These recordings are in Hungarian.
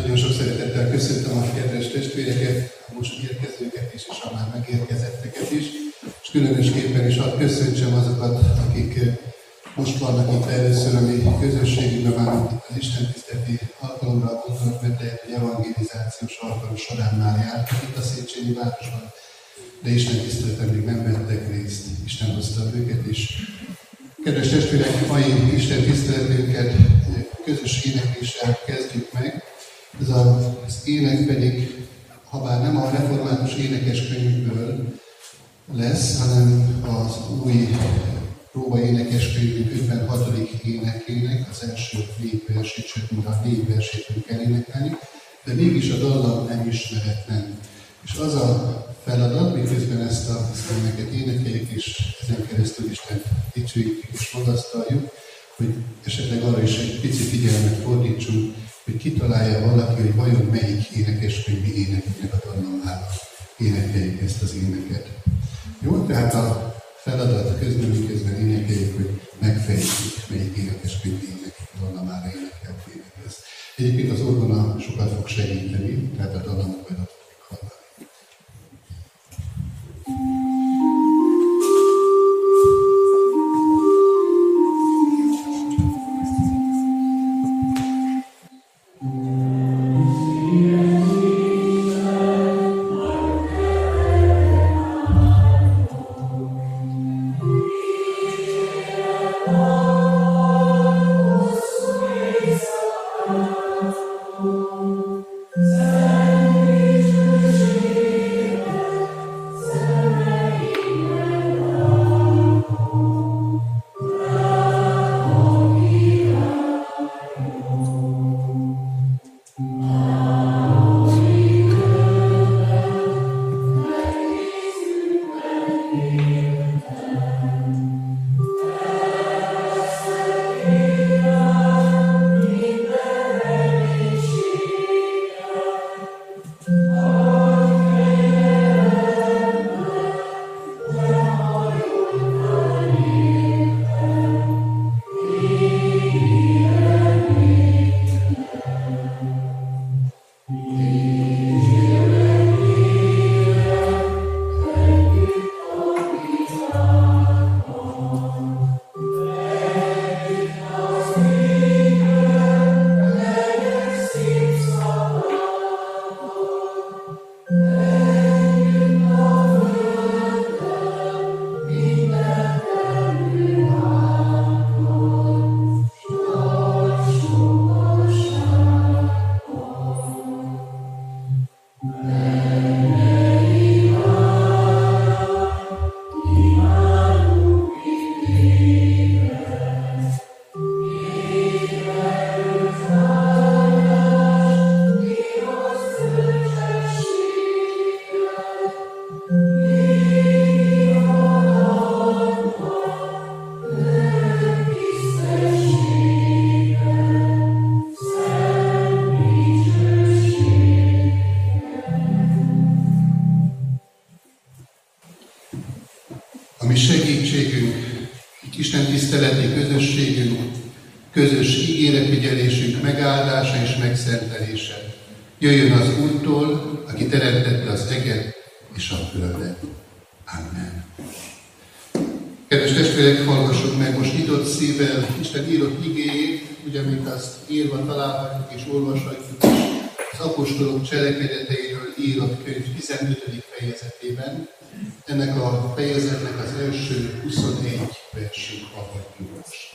Nagyon sok szeretettel köszöntöm a kedves testvéreket, a most érkezőket is, és a már megérkezetteket is. És különösképpen is hadd köszöntsem azokat, akik most vannak itt először a mi közösségünkben, már itt az istentiszteleti alkalomra gondolok, mert lehet, hogy evangelizációs alkalom során már jártak itt a Széchenyi városban, de istentiszteleten még nem vettek részt. Isten hozta őket is. Kedves testvérek, mai istentiszteletünket közös énekléssel kezdjük meg. Ez az ének pedig, ha bár nem a református énekeskönyvből lesz, hanem az új próba énekeskönyvünk 56. énekének az első 4 versét, sőt, mind a 4 versét kell énekelni, de mégis a dallam nem ismeretlen. És az a feladat, miközben ezt a éneket énekeljük, és ezen keresztül Istent dicsőjük és magasztaljuk, hogy esetleg arra is egy pici figyelmet fordítsunk, hogy kitalálja valaki, hogy vajon melyik énekeskönyvi éneknek a dallamára énekeljük ezt az éneket. Jó, tehát a feladat közben énekeljük, hogy megfejtjük, melyik énekeskönyvi ének dallamára énekelt ének ez. Egyébként az orgona sokat fog segíteni, tehát a dallamot majd ott fogjuk hallani. Istentiszteleti közösségünk, közös ígéretfigyelésünk megáldása és megszentelése. Jöjjön az Úrtól, aki teremtette az eget és a földet. Amen. Kedves testvérek, hallgassuk meg most nyitott szívvel Isten írott igéjét, ugye, mint azt írva találhatjuk és olvashatjuk is az apostolok cselekedeteiről írott könyv 15. fejezetében. Ennek a fejezetnek az első 21 versét hallgatjuk most.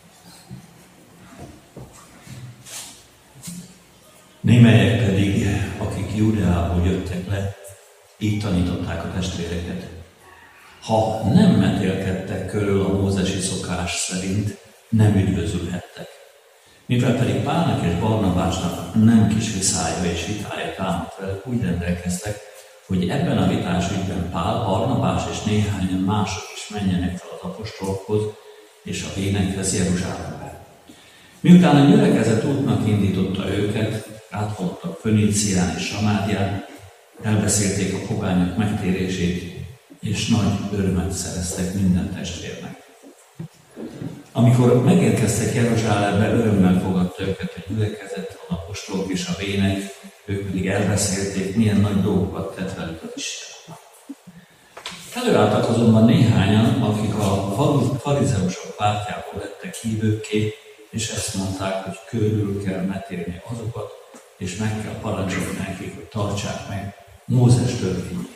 Némelyek pedig, akik Júdeából jöttek le, így tanították a testvéreket. Ha nem metélkedtek körül a mózesi szokás szerint, nem üdvözülhettek. Mivel pedig Pálnak és Barnabásnak nem kis viszája és vitája támadt velük, úgy rendelkeztek, hogy ebben a vitás ügyben Pál, Barnabás és néhányan mások is menjenek fel az apostolokhoz és a vénekhez Jeruzsálembe. Miután a gyülekezet útnak indította őket, áthaladtak Fönícián és Samárián, elbeszélték a pogányok megtérését, és nagy örömet szereztek minden testvérnek. Amikor megérkeztek Jeruzsálembe, örömmel fogadta őket a gyülekezet, a apostolok és a vének, ők pedig elbeszélték, milyen nagy dolgokat tett velük az Isten. Előálltak azonban néhányan, akik a farizeusok pártjából lettek hívőkké, és ezt mondták, hogy körül kell metélni azokat, és meg kell parancsolni nekik, hogy tartsák meg Mózes törvényét.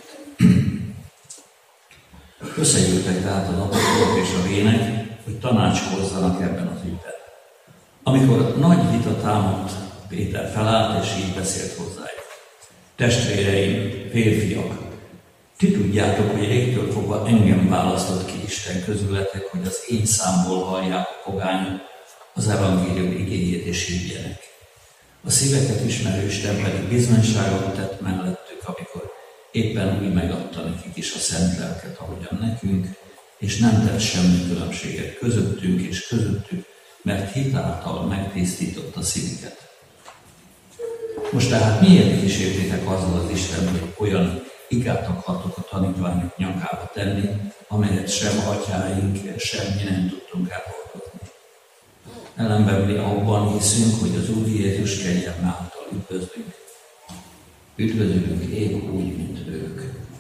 Összegyűltek tehát az apostolok és a vének, hogy tanácskozzanak ebben az ügyben. Amikor nagy vita támadt, Péter felállt, és így beszélt hozzájuk. Testvéreim, férfiak, ti tudjátok, hogy régtől fogva engem választott ki Isten közületek, hogy az én számból hallják a pogányok az evangélium igéjét és higgyenek. A szíveket ismerő Isten pedig bizonyságot tett mellettük, amikor éppen úgy megadta nekik is a szent lelket, ahogyan nekünk, és nem tett semmi különbséget közöttünk és közöttük, mert hit által megtisztította szívüket. Most tehát miért kísértétek azzal az Isten, hogy olyan igát akartok a tanítványok nyakába tenni, amelyet sem atyáink, sem mi nem tudtunk elhallgatni. Ellenben mi abban hiszünk, hogy az Úr Jézus kegyelme által üdvözlünk. Üdvözlünk épp úgy, mint ők.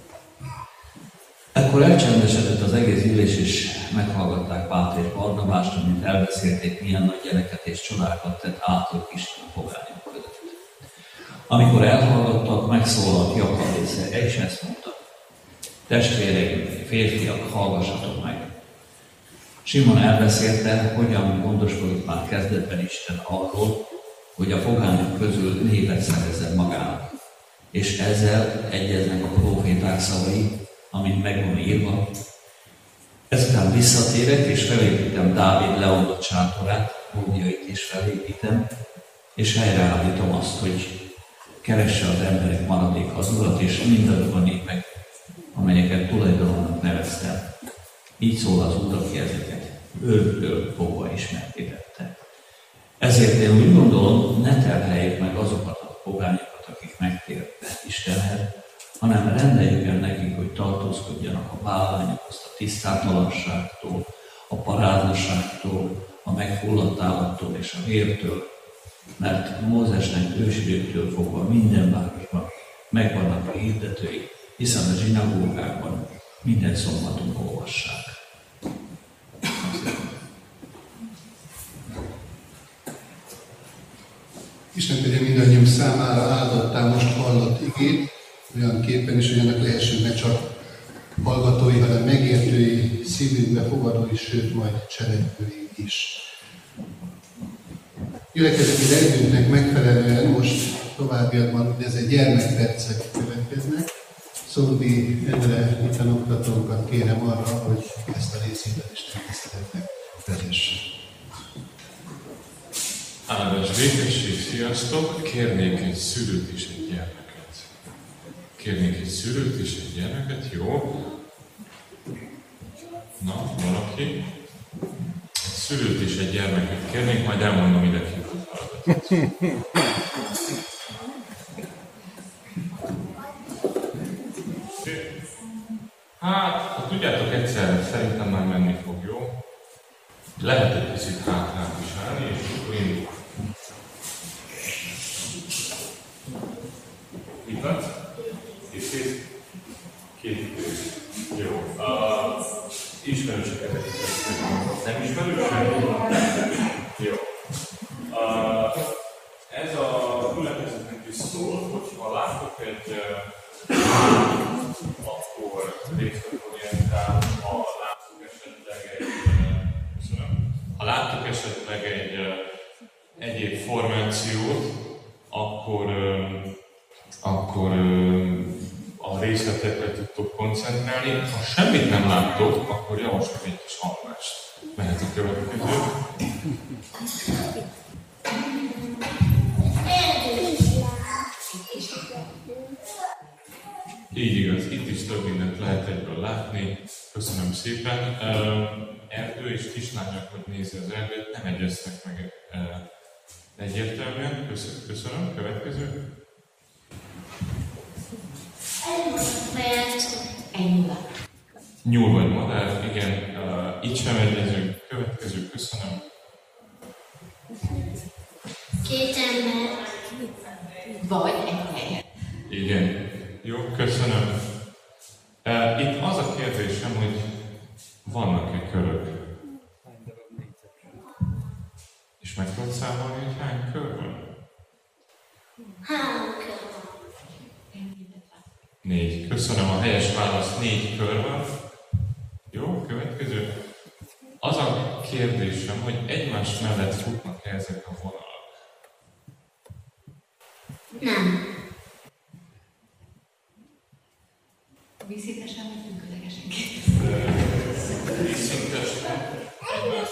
Ekkor elcsendesedett az egész ülés, és meghallgatták Pál és Barnabást, amit elbeszélték, milyen nagy gyereket és csodákat tett átlag Isten a pogányok között. Amikor elhallgattak, megszólalt Jakab és ezt mondta: testvéreim, férfiak, hallgassatok meg! Simon elbeszélte, hogyan gondoskodik már kezdetben Isten arról, hogy a pogányok közül névet szerezzen magának. És ezzel egyeznek a próféták szavai, amint meg van írva. Ezután visszatérek, és felépítem Dávid leomlott sátorát, módjait is felépítem, és helyreállítom azt, hogy keresse az emberek maradék az Urat, és mindazok a népek, amelyeket tulajdonnak neveztem. Így szól az Úr, aki ezeket őrtől fogva ismertette. Ezért én úgy gondolom, ne terheljék meg azokat a pogányokat, akik megtértek Istenhez, hanem rendeljük el nekik, hogy tartózkodjanak a bálványoktól, a tisztátalanságtól, a paráznaságtól, a megfulladt állattól és a vértől, mert Mózesnek ősidőktől fogva minden városban megvannak a hirdetői, hiszen a zsinagógákban minden szombaton olvassák. Isten tegye mindannyiunk számára áldottá most hallott igét, olyan képen is, hogy ennek lehessünk ne csak hallgatói, hanem megértői, szívünkbe fogadói, sőt majd cselekvői is. Gyülekezeti rendünknek megfelelően most továbbiakban egy gyermekpercek következnek. Szoldi Endre tanoktatónkat kérem arra, hogy ezt a részében is tiszteletnek vezesse. Áldás békesség, sziasztok! Kérnék egy szülőt és egy gyermeket. Kérnék egy szülőt és egy gyermeket, jó? Na, valaki? Egy szülőt és egy gyermeket kérnék, majd elmondom ide kívül feladatot. Hát, tudjátok, egyszer szerintem már menni fog, jó? Lehet egy picit hátrább is állni, és akkor indul. Itt és két jó. Ismerősöket nem ismerősök? Jó. Ez a gyülekezetnek is szól, hogyha látok egy akkor részletorientál, ha láttok esetleg egy egyéb formációt, akkor a részletekre tudtok koncentrálni. Ha semmit nem láttok, akkor javaslom egy kis alvást. Mehet a következő. Így igaz, itt is több mindent lehet egyből látni. Köszönöm szépen. Erdő és kislányok, hogy nézi az erdőt, nem egyeztek meg egyértelműen. Köszönöm. Következő. Nyúl vagy madár, igen, itt sem egyezünk. Következő, köszönöm. Két ember. Vagy egy helyen. Igen. Jó, köszönöm. Itt az a kérdésem, hogy vannak-e körök? És meg tudod számolni, hogy hány kör van? 3 kör van. 4. Köszönöm, a helyes válasz, 4 kör van. Jó, következő. Az a kérdésem, hogy egymás mellett futnak-e ezek a vonalak? Nem. Vízszintesen vagy függőlegesen? Vízszintesen. Egymás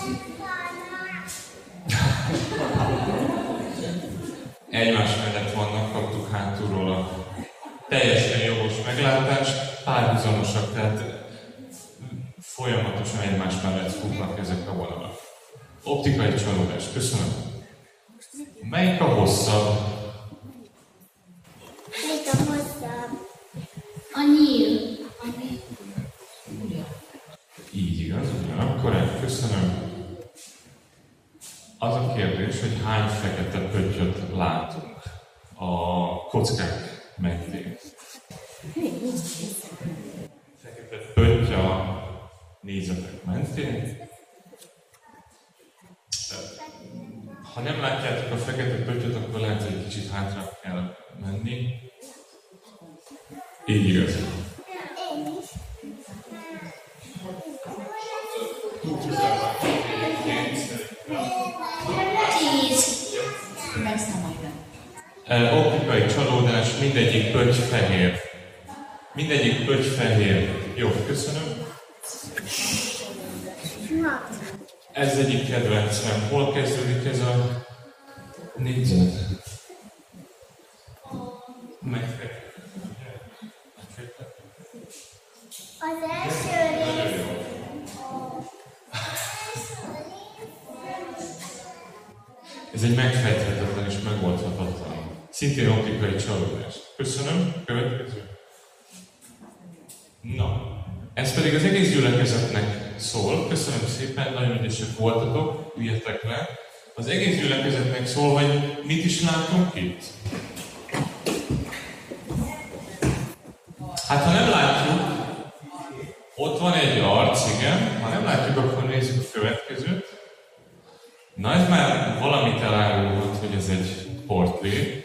mellett. Egymás mellett vannak, kaptuk hátulról a teljesen jogos meglátást, párhuzamosak, tehát folyamatosan egymás mellett futnak ezek a vonalak. Optikai csalódás, köszönöm. Melyik a hosszabb? Melyik a hosszabb? A nyíl. Így igaz, ugyanakkor köszönöm. Az a kérdés, hogy hány fekete pöttyöt látunk a kockák mentén. Fekete pötty a nézetek mentén. Ha nem látjátok a fekete pöttyöt, akkor lehet, hogy egy kicsit hátra kell menni. Így igaz. Optikai csalódás, mindegyik pötty fehér. Mindegyik pötty fehér. Jó, köszönöm. Ez egyik kedvencem. Hol kezdődik ez a négyzet? Az első rész. Ez egy megfejthetetlen és megoldhatatlan. Szintén optikai csalódás. Köszönöm. Következő. Na, ez pedig az egész gyülekezetnek szól. Köszönöm szépen, nagyon ügyesek voltatok, üljetek le. Az egész gyülekezetnek szól, hogy mit is látunk itt. Hát ha nem látjuk, ott van egy arc, igen. Ha nem látjuk, akkor nézzük a következőt. Na ez már valamit elárul volt, hogy ez egy portré.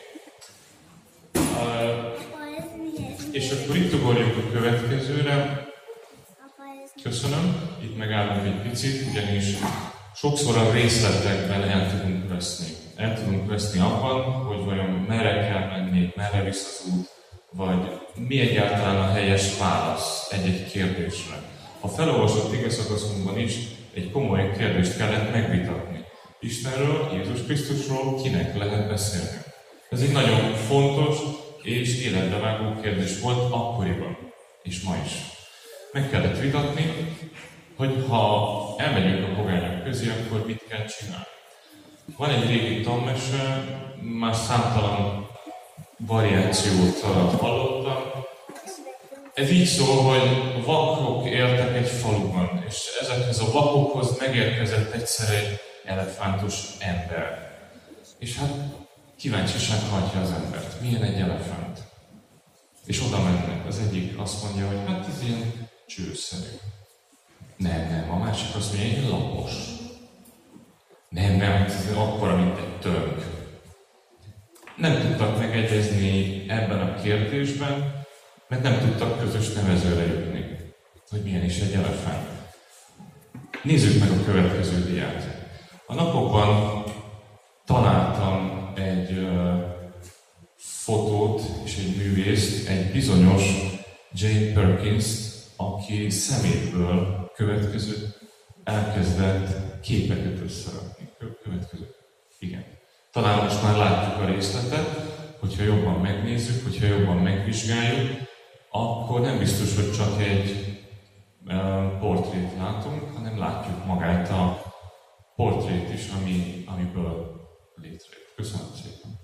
És akkor itt ugorjunk a következőre. Köszönöm. Itt megállunk egy picit, ugyanis sokszor a részletekben el tudunk veszni. El tudunk veszni abban, hogy vajon merre kell menni, merre visz az út, vagy mi egyáltalán a helyes válasz egy-egy kérdésre. A felolvasott igeszakaszunkban is egy komoly kérdést kellett megvitatni. Istenről, Jézus Krisztusról kinek lehet beszélni? Ez egy nagyon fontos és életbevágó kérdés volt akkoriban, és ma is. Meg kellett vitatni, hogy ha elmegyünk a pogányok közé, akkor mit kell csinálni. Van egy régi tanmese, már számtalan variációt hallottam. Ez így szól, hogy vakok éltek egy faluban, és ezekhez a vakokhoz megérkezett egyszer egy elefántos ember. És hát kíváncsiság hajtja az embert. Milyen egy elefánt? És oda mennek. Az egyik azt mondja, hogy hát ez ilyen csőszerű. Nem. A másik azt mondja, hogy lapos. Nem, ez akkora, mint egy tönk. Nem tudtak megegyezni ebben a kérdésben, mert nem tudtak közös nevezőre jutni, hogy milyen is egy elefánt. Nézzük meg a következő diát. A napokban találtam egy fotót és egy művészt, egy bizonyos Jane Perkins-t, aki szemétből következő elkezdett képeket összerakni. Következő. Igen. Talán most már látjuk a részletet, hogyha jobban megnézzük, hogyha jobban megvizsgáljuk, akkor nem biztos, hogy csak egy portrét látunk, hanem látjuk magát a portrét is, amiből létrejött. Köszönöm szépen!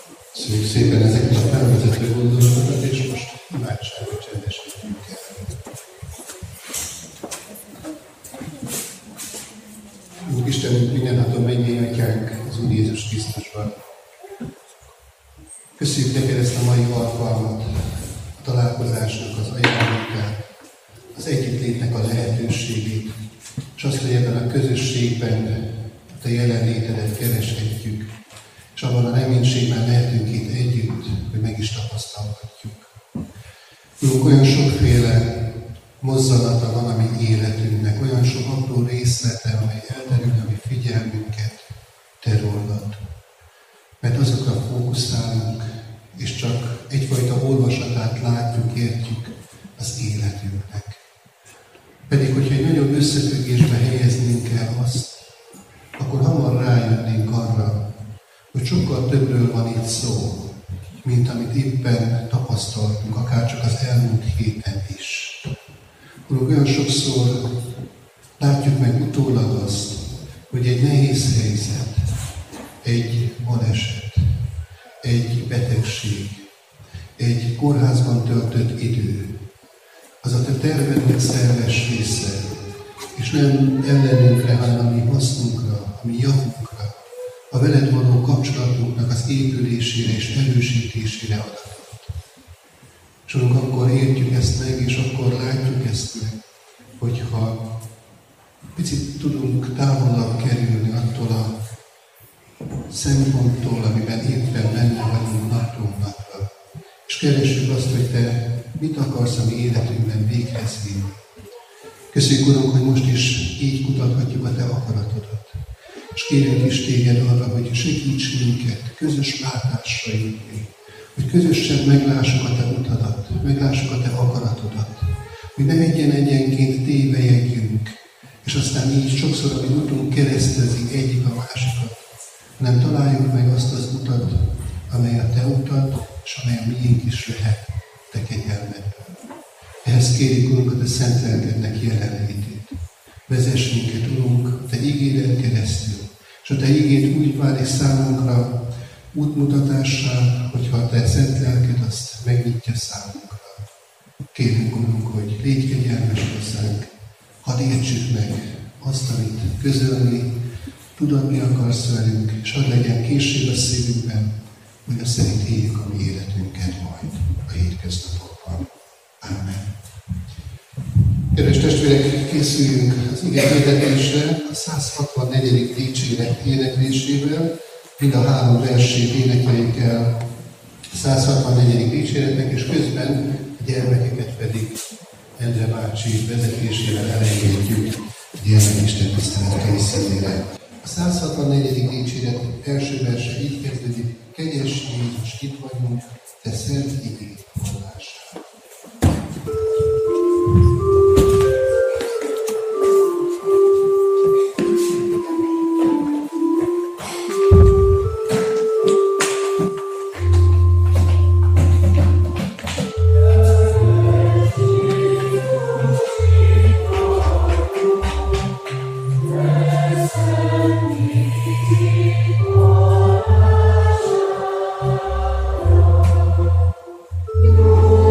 Köszönjük szépen ezeket a felvezető gondolatokat, és most imádságot csendesítjük el. Úrunk Istenünk, mindenható mennyei Atyánk az Úr Jézus Krisztusban. Köszönjük neked ezt a mai alkalmat, a találkozásnak az ajándékát, az együttlétnek a lehetőségét, és azt, hogy ebben a közösségben a te jelenlétedet kereshetjük, és abban a reménységben lehetünk itt együtt, hogy meg is tapasztalhatjuk. Úrunk, olyan sokféle mozzanata van a mi életünknek, olyan sok apró részlete, amely elterül a mi figyelmünket, te rólad. Mert azokra fókuszálunk, és csak egyfajta olvasatát látjuk, értjük az életünknek. Pedig, hogyha egy nagyobb összefüggésbe helyeznénk el azt, akkor hamar rájönnénk arra, hogy sokkal többről van itt szó, mint amit éppen tapasztaltunk, akár csak az elmúlt héten is. Úrunk, olyan sokszor látjuk meg utólag azt, hogy egy nehéz helyzet, egy baleset, egy betegség, egy kórházban töltött idő, az a te tervednek szerves része, és nem ellenünkre, hanem a mi hasznunkra, a mi javunkra, a veled való kapcsolatunknak az épülésére és erősítésére adatott. És akkor értjük ezt meg, és akkor látjuk ezt meg, hogyha picit tudunk távolabb kerülni attól a szemponttól, amiben éppen benne vagyunk napról napra. És keressük azt, hogy te mit akarsz a mi életünkben véghez vinni. Köszönjük, Urunk, hogy most is így kutathatjuk a te akaratodat. És kérünk is téged arra, hogy segíts minket közös látásra jutni, hogy közösen meglássuk a te utadat, meglássuk a te akaratodat, hogy ne egyenként tévejegjünk, és aztán így sokszor, ami utunk keresztezik egyik a másikat, hanem találjuk meg azt az utat, amely a te utad, és amely a miénk is lehet, te kegyelmedben. Ehhez kérjük, Urunk, a te szent lelkednek jelenlétét. Vezess minket, Urunk, te ígéden keresztül, és a te ígéd úgy válik számunkra útmutatássá, hogyha a te szent lelked azt megnyitja számunkra. Kérünk, Urunk, hogy légy kegyelmes hozzánk, hadd értsük meg azt, amit közölni, tudatni akarsz velünk, és hadd legyen készség a szívünkben, hogy azt szerint éljük a mi életünket majd a hétköznapokban. Amen. Kedves testvérek, készüljünk az ige hirdetésre a 164. dicséret éneklésével, mind a 3 versét énekeljük el a 164. dicséretnek, és közben a gyermekeket pedig Endre bácsi vezetésével elengedjük a gyermekisten tisztelet részére. A 164. dicséret első verse így kezdődik: Kegyes Jézus, itt vagyunk, te szent igéd hallására. You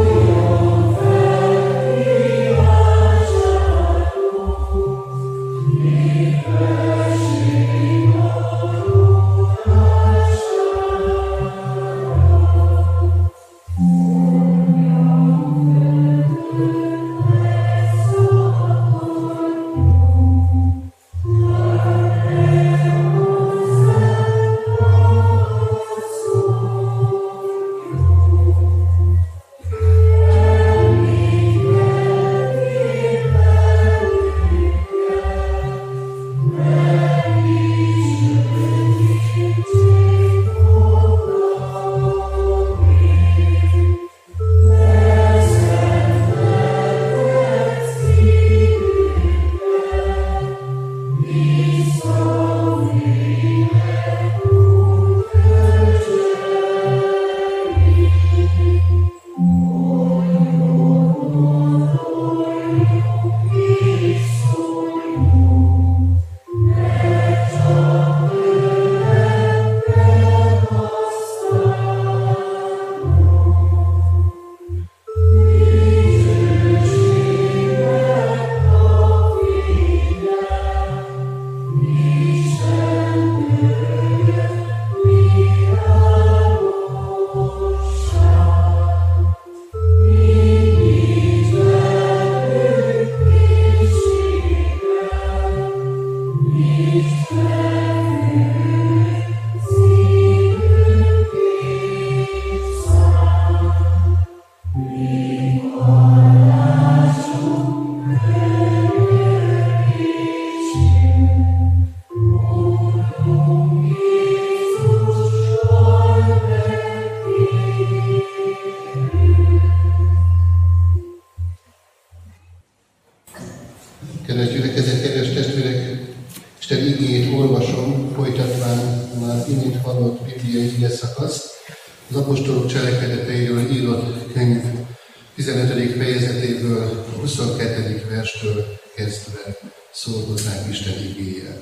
Kedves gyülekezet, kedves testvérek, Isten igéjét olvasom, folytatván már imént hallott bibliai ige szakaszt, az apostolok cselekedeteiről írott könyv 15. fejezetéből, a 22. verstől kezdve szól hozzánk Isten igéje.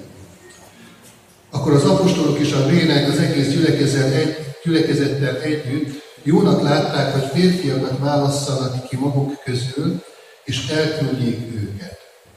Akkor az apostolok és a vének az egész gyülekezettel együtt jónak látták, hogy férfiakat válasszanak ki maguk közül, és elküldjék őket.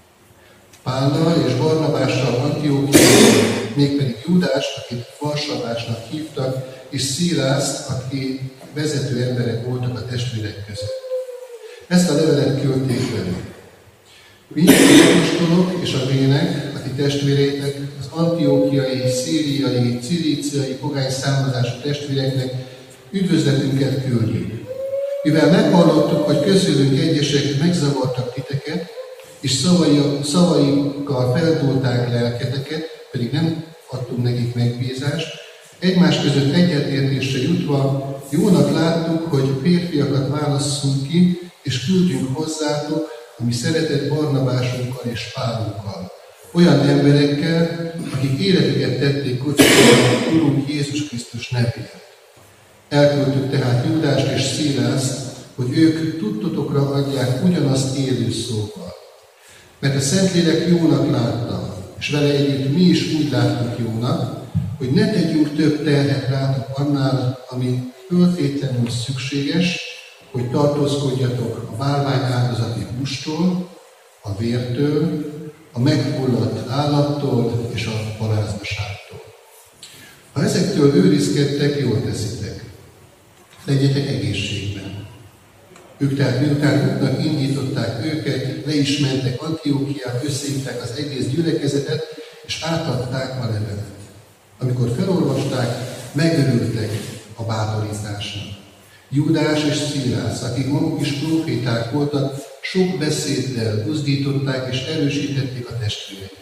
Pállal és Barnabással Antiókiában, mégpedig Júdást, akit Varsabásnak hívtak, és Szilászt, aki vezető emberek voltak a testvérek között. Ezt a levelet küldték velük. Mindjárt az apostolok és a vének, a ti testvéreitek, az antiókiai, szíriai, cilíciai, pogány származású testvéreknek üdvözletünket küldjük. Mivel meghallottuk, hogy közülünk egyesek megzavartak titeket, és szavaikkal feldúlták lelketeket, pedig nem adtunk nekik megbízást, egymás között egyetértésre jutva jónak láttuk, hogy férfiakat válasszunk ki, és küldjünk hozzátok, ami szeretett Barnabásunkkal és Pálunkkal. Olyan emberekkel, akik életüket tették kockázatra Urunk Jézus Krisztus nevére. Elküldtük tehát Júdást és Szilászt, hogy ők tudtotokra adják ugyanazt élő szóval. Mert a Szentlélek jónak látta, és vele együtt mi is úgy láttuk jónak, hogy ne tegyünk több terhet rátok annál, ami föltétlenül szükséges, hogy tartózkodjatok a bálványáldozati hústól, a vértől, a megfulladt állattól és a parázdaságtól. Ha ezektől őrizkedtek, jól teszitek. Legyetek egészségben. Ők tehát miután útnak indították őket, le is mentek Antiókiába, összehívták az egész gyülekezetet, és átadták a levelet. Amikor felolvasták, megörültek a bátorításnak. Júdás és Szilász, akik maguk is proféták voltak, sok beszéddel buzdították és erősítették a testvéreket.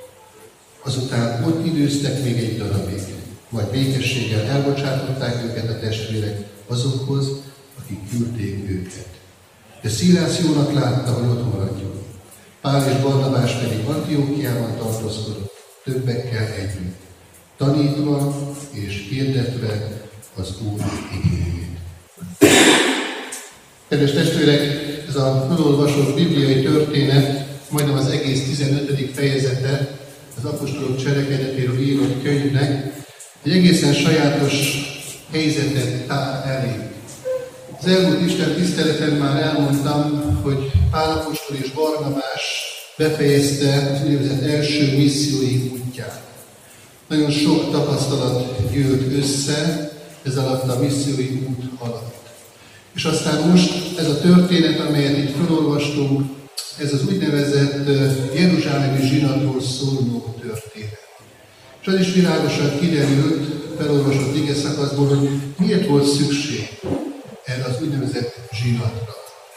Azután ott időztek még egy darabig, majd békességgel elbocsátották őket a testvérek azokhoz, akik küldték őket. De Szilász jónak látta, hogy ott maradjon. Pál és Barnabás pedig Antiókiában tartózkodott, többekkel együtt, tanítva és hirdetve az Úr igéjét. Kedves testvérek, ez a felolvasott bibliai történet, majdnem az egész 15. fejezete az apostolok cselekedetéről írott könyvnek egy egészen sajátos helyzetet tár elé. Az elmúlt Isten tiszteleten már elmondtam, hogy Pál apostol és Barnabás befejezte az úgynevezett első missziói útját. Nagyon sok tapasztalat gyűlt össze ez alatt a missziói út alatt. És aztán most ez a történet, amelyet itt felolvastunk, ez az úgynevezett jeruzsálemi zsinatról szóló történet. És az is világosan kiderült, felolvasott ige szakaszból, hogy miért volt szükség erre az úgynevezett zsinatra.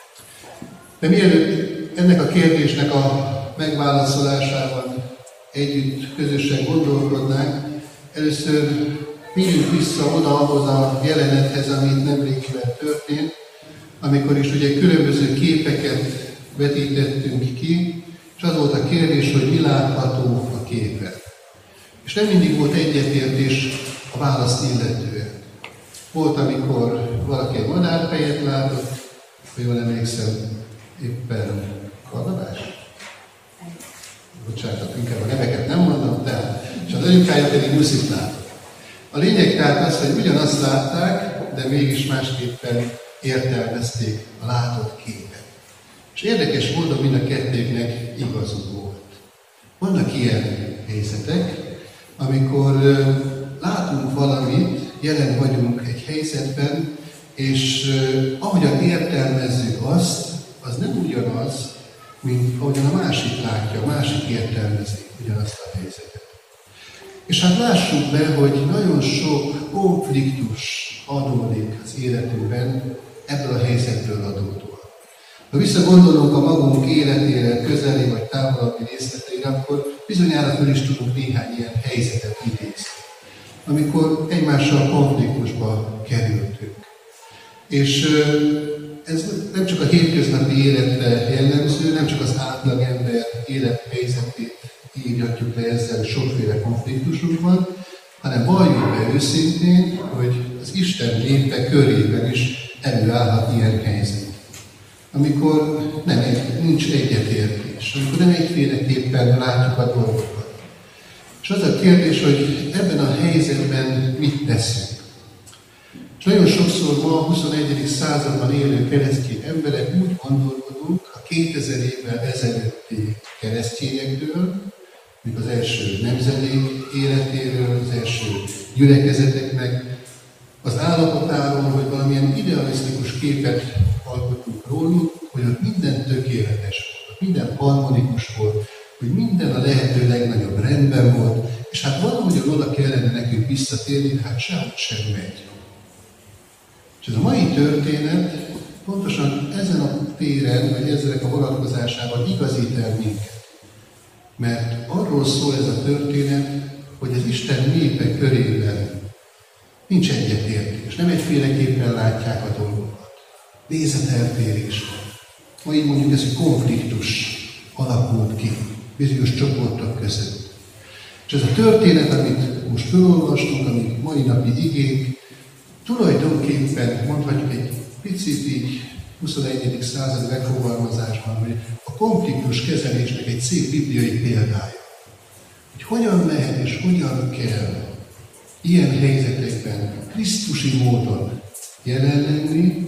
De mielőtt ennek a kérdésnek a megválaszolásában együtt közösen gondolkodnánk, először figyelünk vissza oda ahhoz a jelenethez, amit nemrégiben történt, amikor is ugye különböző képeket vetítettünk ki, és az volt a kérdés, hogy mi látható a képen. És nem mindig volt egyetértés a választ illetően. Volt, amikor valaki egy madárfejet látott, ha jól emlékszem, éppen Barnabás? Bocsánat, inkább a neveket nem mondom, tehát, és az anyukája pedig Lucyt látott. A lényeg tehát az, hogy ugyanazt látták, de mégis másképpen értelmezték a látott képet. És érdekes módon mind a kettőknek igazuk volt. Vannak ilyen helyzetek, amikor látunk valamit, jelen vagyunk egy helyzetben, és ahogyan értelmezzük azt, az nem ugyanaz, mint ahogyan a másik látja, a másik értelmezi ugyanazt a helyzetet. És hát lássuk be, hogy nagyon sok konfliktus adódik az életünkben ebből a helyzetből adódóan. Ha visszagondolunk a magunk életére, közeli vagy távolabbi részleteire, akkor bizonyára föl is tudunk néhány ilyen helyzetet idézni, amikor egymással konfliktusba kerültünk. És ez nem csak a hétköznapi életre jellemző, nem csak az átlagember élethelyzetét írhatjuk le ezzel, sokféle konfliktusunk van, hanem valljuk be őszintén, hogy az Isten népe körében is előállhat ilyen helyzet. Amikor nincs egyetértés, amikor nem egyféleképpen látjuk a dolgokat. És az a kérdés, hogy ebben a helyzetben mit teszünk. És nagyon sokszor ma a 21. században élő keresztény emberek úgy gondolkodunk a 2000 évvel ezelőtti keresztényekről, mint az első nemzedék életéről, az első gyülekezeteknek az állapotáról, hogy valamilyen idealisztikus képet alkotunk róluk, hogy ott minden tökéletes volt, minden harmonikus volt, hogy minden a lehető legnagyobb rendben volt, és hát valahogyan oda kellene nekünk visszatérni, hát sehogy sem megy. És ez a mai történet pontosan ezen a téren, vagy ezek a vonatkozásában igazít el minket. Mert arról szól ez a történet, hogy az Isten népe körében nincs egyetértés, nem egyféleképpen látják a dolgokat. Nézeteltérés. Ma így mondjuk ez, hogy konfliktus alakult ki bizonyos csoportok között. És ez a történet, amit most felolvastunk, amit mai napi igénk, tulajdonképpen mondhatjuk egy picit így 21. század megfogalmazásban, hogy a konfliktus kezelésnek egy szép bibliai példája. Hogy hogyan lehet és hogyan kell ilyen helyzetekben krisztusi módon jelen lenni,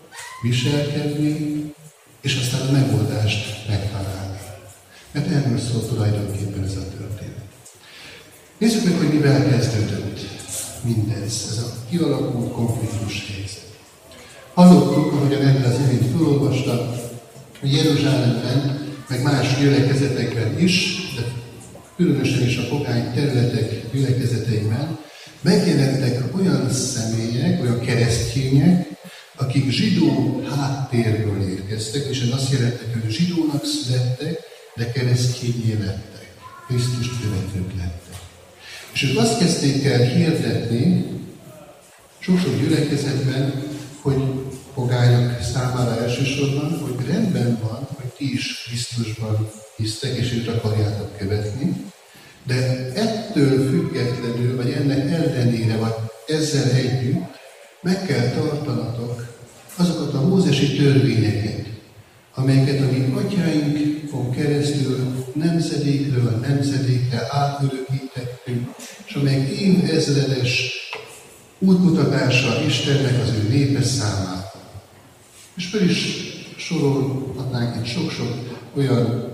viselkedni, és aztán a megoldást megtalálni. Mert erről szól tulajdonképpen ez a történet. Nézzük meg, hogy mivel kezdődött mindez, ez a kialakult konfliktus helyzet. Hallottuk, ahogyan erről az imént felolvastam, hogy Jeruzsálemben, meg más gyülekezetekben is, de különösen is a pogány területek gyülekezeteiben megjelentek olyan személyek, olyan keresztények, akik zsidó háttérből érkeztek, és ez azt jelenti, hogy zsidónak születtek, de keresztényé lettek, Krisztust követők lettek. És ők azt kezdték el hirdetni sok-sok gyülekezetben, hogy pogányok számára elsősorban, hogy rendben van, hogy ti is Krisztusban hisztek, és őt akarjátok követni, de ettől függetlenül, vagy ennek ellenére, vagy ezzel együtt meg kell tartanatok azokat a mózesi törvényeket, amelyeket a mi atyáinkon keresztül nemzedékről nemzedékre átörökítettünk, és amelyek évezredes útmutatása Istennek az ő népe számára. És föl is sorolhatnánk itt sok-sok olyan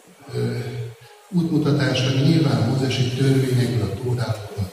útmutatást, ami nyilván mózesi törvényekből, a Tórából.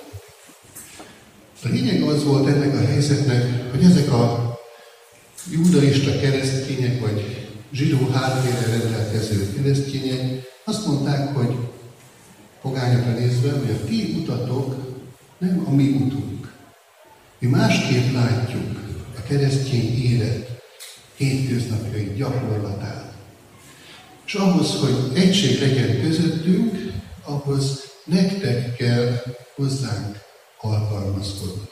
A lényeg az volt ennek a helyzetnek, hogy ezek a judaista keresztények, vagy zsidó háttérrel rendelkező keresztények azt mondták, hogy pogányokra nézve, hogy a ti utatok nem a mi utunk. Mi másképp látjuk a keresztény élet hétköznapjai gyakorlatát. És ahhoz, hogy egység legyen közöttünk, ahhoz nektek kell hozzánk alkalmazkodni.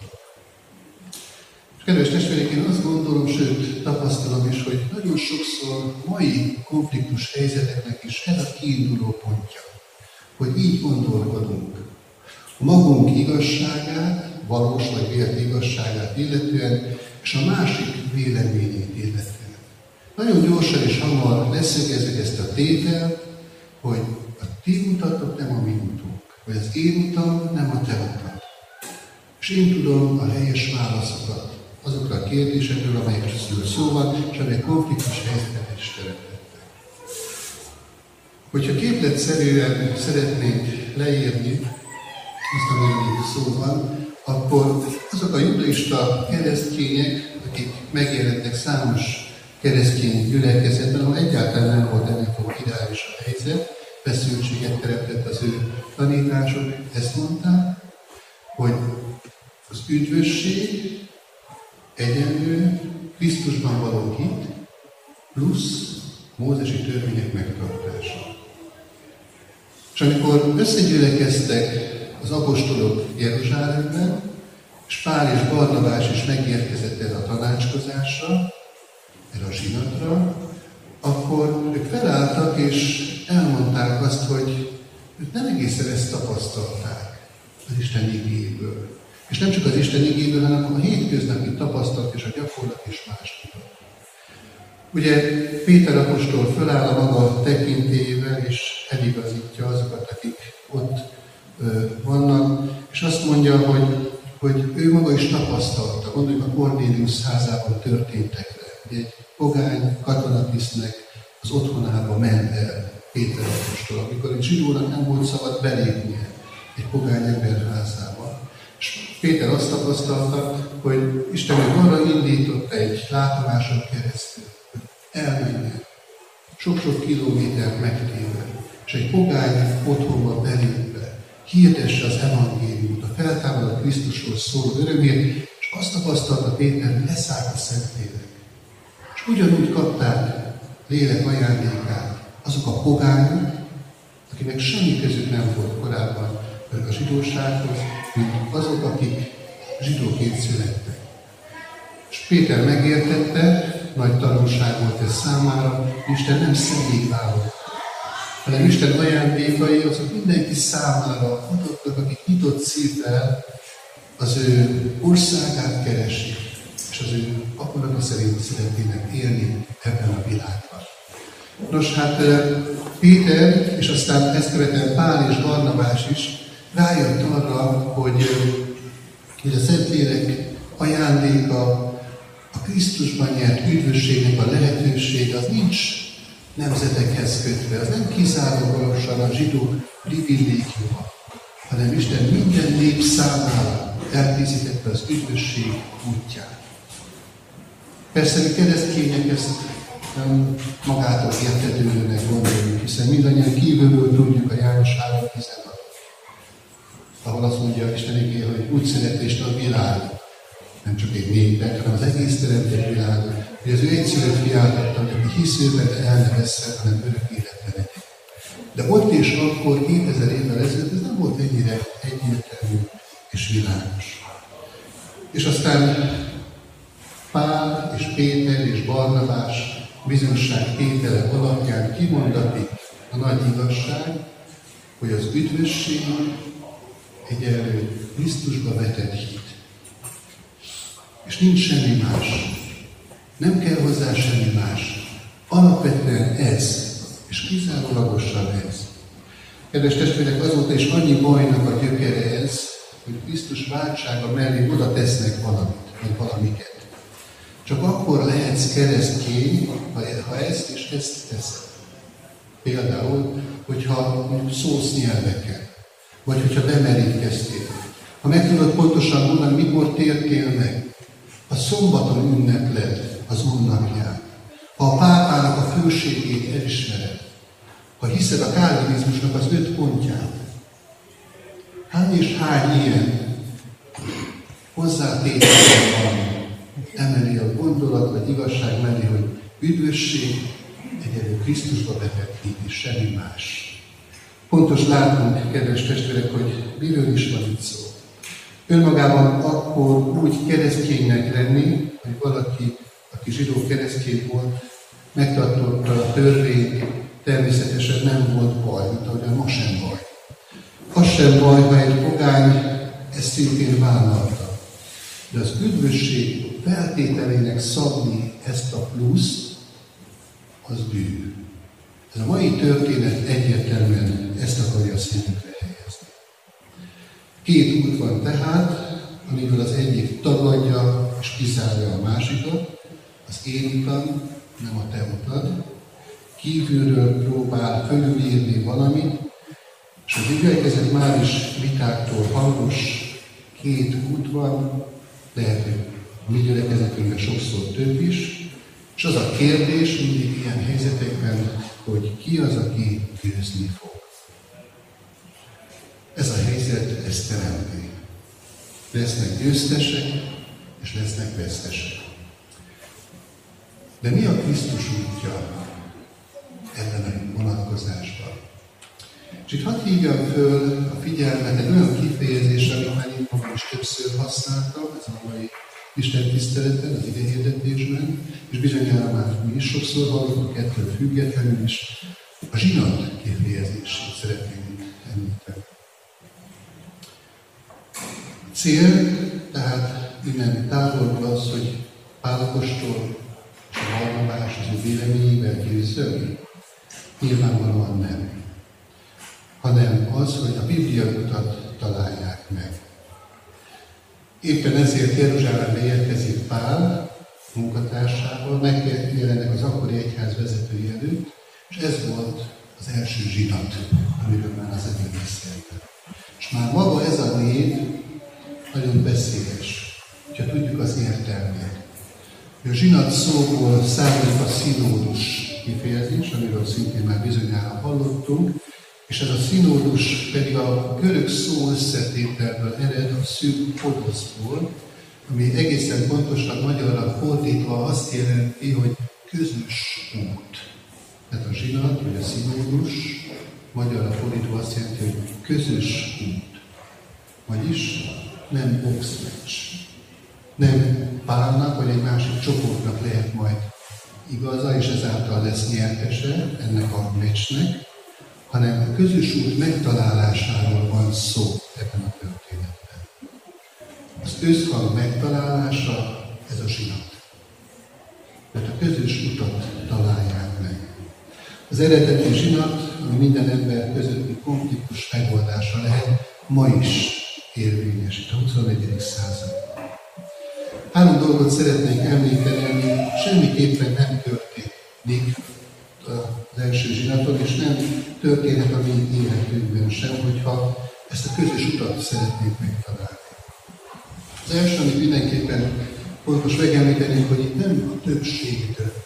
És kedves testvérek, én azt gondolom, sőt tapasztalom is, hogy nagyon sokszor mai konfliktus helyzeteknek is ez a kiinduló pontja, hogy így gondolkodunk. A magunk igazságát, valós vagy vélt igazságát illetően, és a másik véleményét illetően. Nagyon gyorsan és hamar leszögezzük ezt a tételt, hogy a ti utatok nem a mi utunk, vagy az én utam nem a te utad. És én tudom a helyes válaszokat azokra a kérdésekről, amelyekről szó van, és amelyek konfliktus helyzetet is teremtettek. Hogyha képletszerűen szeretnénk leírni azt, amiről szó van, akkor azok a judaista keresztények, akik megjelentek számos keresztény gyülekezetben, ahol egyáltalán nem volt ennek a ideális a helyzet, feszültséget teremtett az ő tanítások, ezt mondták, hogy az üdvösség egyenlő Krisztusban való hit plusz mózesi törvények megtartása. És amikor összegyülekeztek az apostolok Jeruzsálemben, és Pál és Barnabás is megérkezett el a tanácskozásra, erre a zsinatra, akkor ők felálltak és elmondták azt, hogy ők nem egészen ezt tapasztalták az Isten igéjéből. És nem csak az Isten igéjéből, hanem a hétköznapi tapasztalat és a gyakorlat is más mutat. Ugye Péter apostol föláll a maga tekintélyével, és eligazítja azokat, akik ott vannak, és azt mondja, hogy ő maga is tapasztalta, gondoljuk a Kornélius házában történtekre. Egy pogány katonatisztnek az otthonába ment el Péter apostol, amikor egy zsidónak nem volt szabad belépnie egy pogány ember házába. És Péter azt tapasztalta, hogy Isten arra indította egy látomáson keresztül, hogy elmenjen sok-sok kilométert megtéve, és egy pogány otthonba belépve hirdesse az evangéliumot, a feltámadott Krisztusról szóló örömét, és azt tapasztalta Péter, hogy leszállt a Szentlélek. És ugyanúgy kapták lélek ajándékát azok a pogányok, akinek semmi közük nem volt korábban a zsidósághoz, mint azok, akik zsidóként születtek. És Péter megértette, nagy tanulság volt ez számára, Isten nem személyt vállott, hanem Isten ajándékai azok mindenki számára adottak, akik nyitott szívvel az ő országát keresik, és az ő akarata szerint szeretnének élni ebben a világban. Nos, hát Péter, és aztán ezt követően Pál és Barnabás is rájött arra, hogy a Szentlélek ajándéka, a Krisztusban nyert üdvösségnek a lehetősége, az nincs nemzetekhez kötve, az nem kizárólagosan a zsidók privilégiuma, hanem Isten minden nép számára elkészítette az üdvösség útját. Persze mi keresztények ezt nem magától értetődőnek gondoljuk, hiszen mindannyian kívülről tudjuk a János 3:16, ahol azt mondja Isten igéje, hogy úgy szerette Isten a világot, nem csak egy népet, hanem az egész teremtett világot, hogy az ő egyszülött fiát adta, hogy aki hisz őben el ne vesszen, hanem örök életben legyen. De ott és akkor 2000 évvel ezelőtt ez nem volt ennyire egyértelmű és világos. És aztán Pál és Péter és Barnabás bizonyságtétele alapján kimondatik a nagy igazság, hogy az üdvösség egyenlő Krisztusba vetett hit. És nincs semmi más. Nem kell hozzá semmi más. Alapvetően ez, és kizárólagosan ez. Kedves testvérek, azóta is annyi bajnak a gyökere ez, hogy Krisztus váltsága mellé oda tesznek valamit, vagy valamiket. Csak akkor lehetsz keresztény, ha ezt és ezt teszed. Például, hogyha szólsz nyelveken, vagy hogyha bemerítkeztél. Ha meg tudod pontosan mondani, mikor tértél meg, a szombaton ünnepled az Úrnapját. Ha a pápának a főségét elismered, ha hiszed a kálvinizmusnak az 5 pontját, hány és hány ilyen hozzátétel van, emeli a gondolat vagy igazság mellé, hogy üdvösség egyenlő Krisztusba vetett hit, és semmi más. Pontos látnunk, kedves testvérek, hogy miről is van itt szó. Önmagában akkor úgy kereszténynek lenni, hogy valaki, aki zsidó keresztény volt, megtartotta a törvényt, természetesen nem volt baj, mint ahogyan ma sem baj. Az sem baj, ha egy pogány ezt szintén vállalta. De az üdvösség feltételének szabni ezt a pluszt, az bűn. Ez a mai történet egyértelműen ezt akarja a szívünkre helyezni. 2 út van tehát, amiből az egyik tagadja és kizárja a másikat, az én utam, nem a te utad, kívülről próbál fölülírni valamit, és az igyekezet már is vitáktól hangos, 2 út van, lehet, hogy a mi gyülekezetünkben sokszor több is, és az a kérdés mindig ilyen helyzetekben, hogy ki az, aki győzni fog. Ez a helyzet ezt teremti. Lesznek győztesek, és lesznek vesztesek. De mi a Krisztus útja ebben a vonatkozásban? És itt hadd hívjam föl a figyelmet egy olyan kifejezésre, amit már itt magam is többször használtam, ez a mai Isten tiszteletben, az ige hirdetésben, és bizonyára már mi is sokszor hallottuk ettől függetlenül is, a zsinat kifejezését szeretnénk említeni. A cél tehát innen távolból az, hogy Pál apostol és a Barnabás az ő véleményével győzölni? Nyilvánvalóan nem. Hanem az, hogy a Biblia utat találják meg. Éppen ezért Jeruzsálembe érkezik Pál munkatársával, megjelennek az akkori egyház vezetői előtt, és ez volt az első zsinat, amiről már az előbb beszéltem. És már maga ez a név nagyon beszédes, hogyha tudjuk az értelmét. A zsinat szóból származik a szinódus kifejezés, amiről szintén már bizonyára hallottunk, és ez a szinódus pedig a görög szó összetételből ered a szűk podoszból, ami egészen pontosan magyarra fordítva azt jelenti, hogy közös út. Tehát a zsinat, vagy a szinódus magyarra fordítva azt jelenti, hogy közös út. Vagyis nem boxmeccs. Nem Pálnak, vagy egy másik csoportnak lehet majd igaza, és ezáltal lesz nyertese ennek a meccsnek, hanem a közös út megtalálásáról van szó ebben a történetben. Az összhang megtalálása, ez a zsinat. Mert a közös utat találják meg. Az eredeti zsinat, ami minden ember közötti konfliktus megoldása lehet, ma is érvényes, a 21. században. 3 dolgot szeretnék említeni, ami semmiképpen nem történik az első zsinaton, és nem történhet a mi életünkben sem, hogyha ezt a közös utat szeretnénk megtalálni. Az első, amit mindenképpen fontos megemlíteni, hogy itt nem a többség dönt.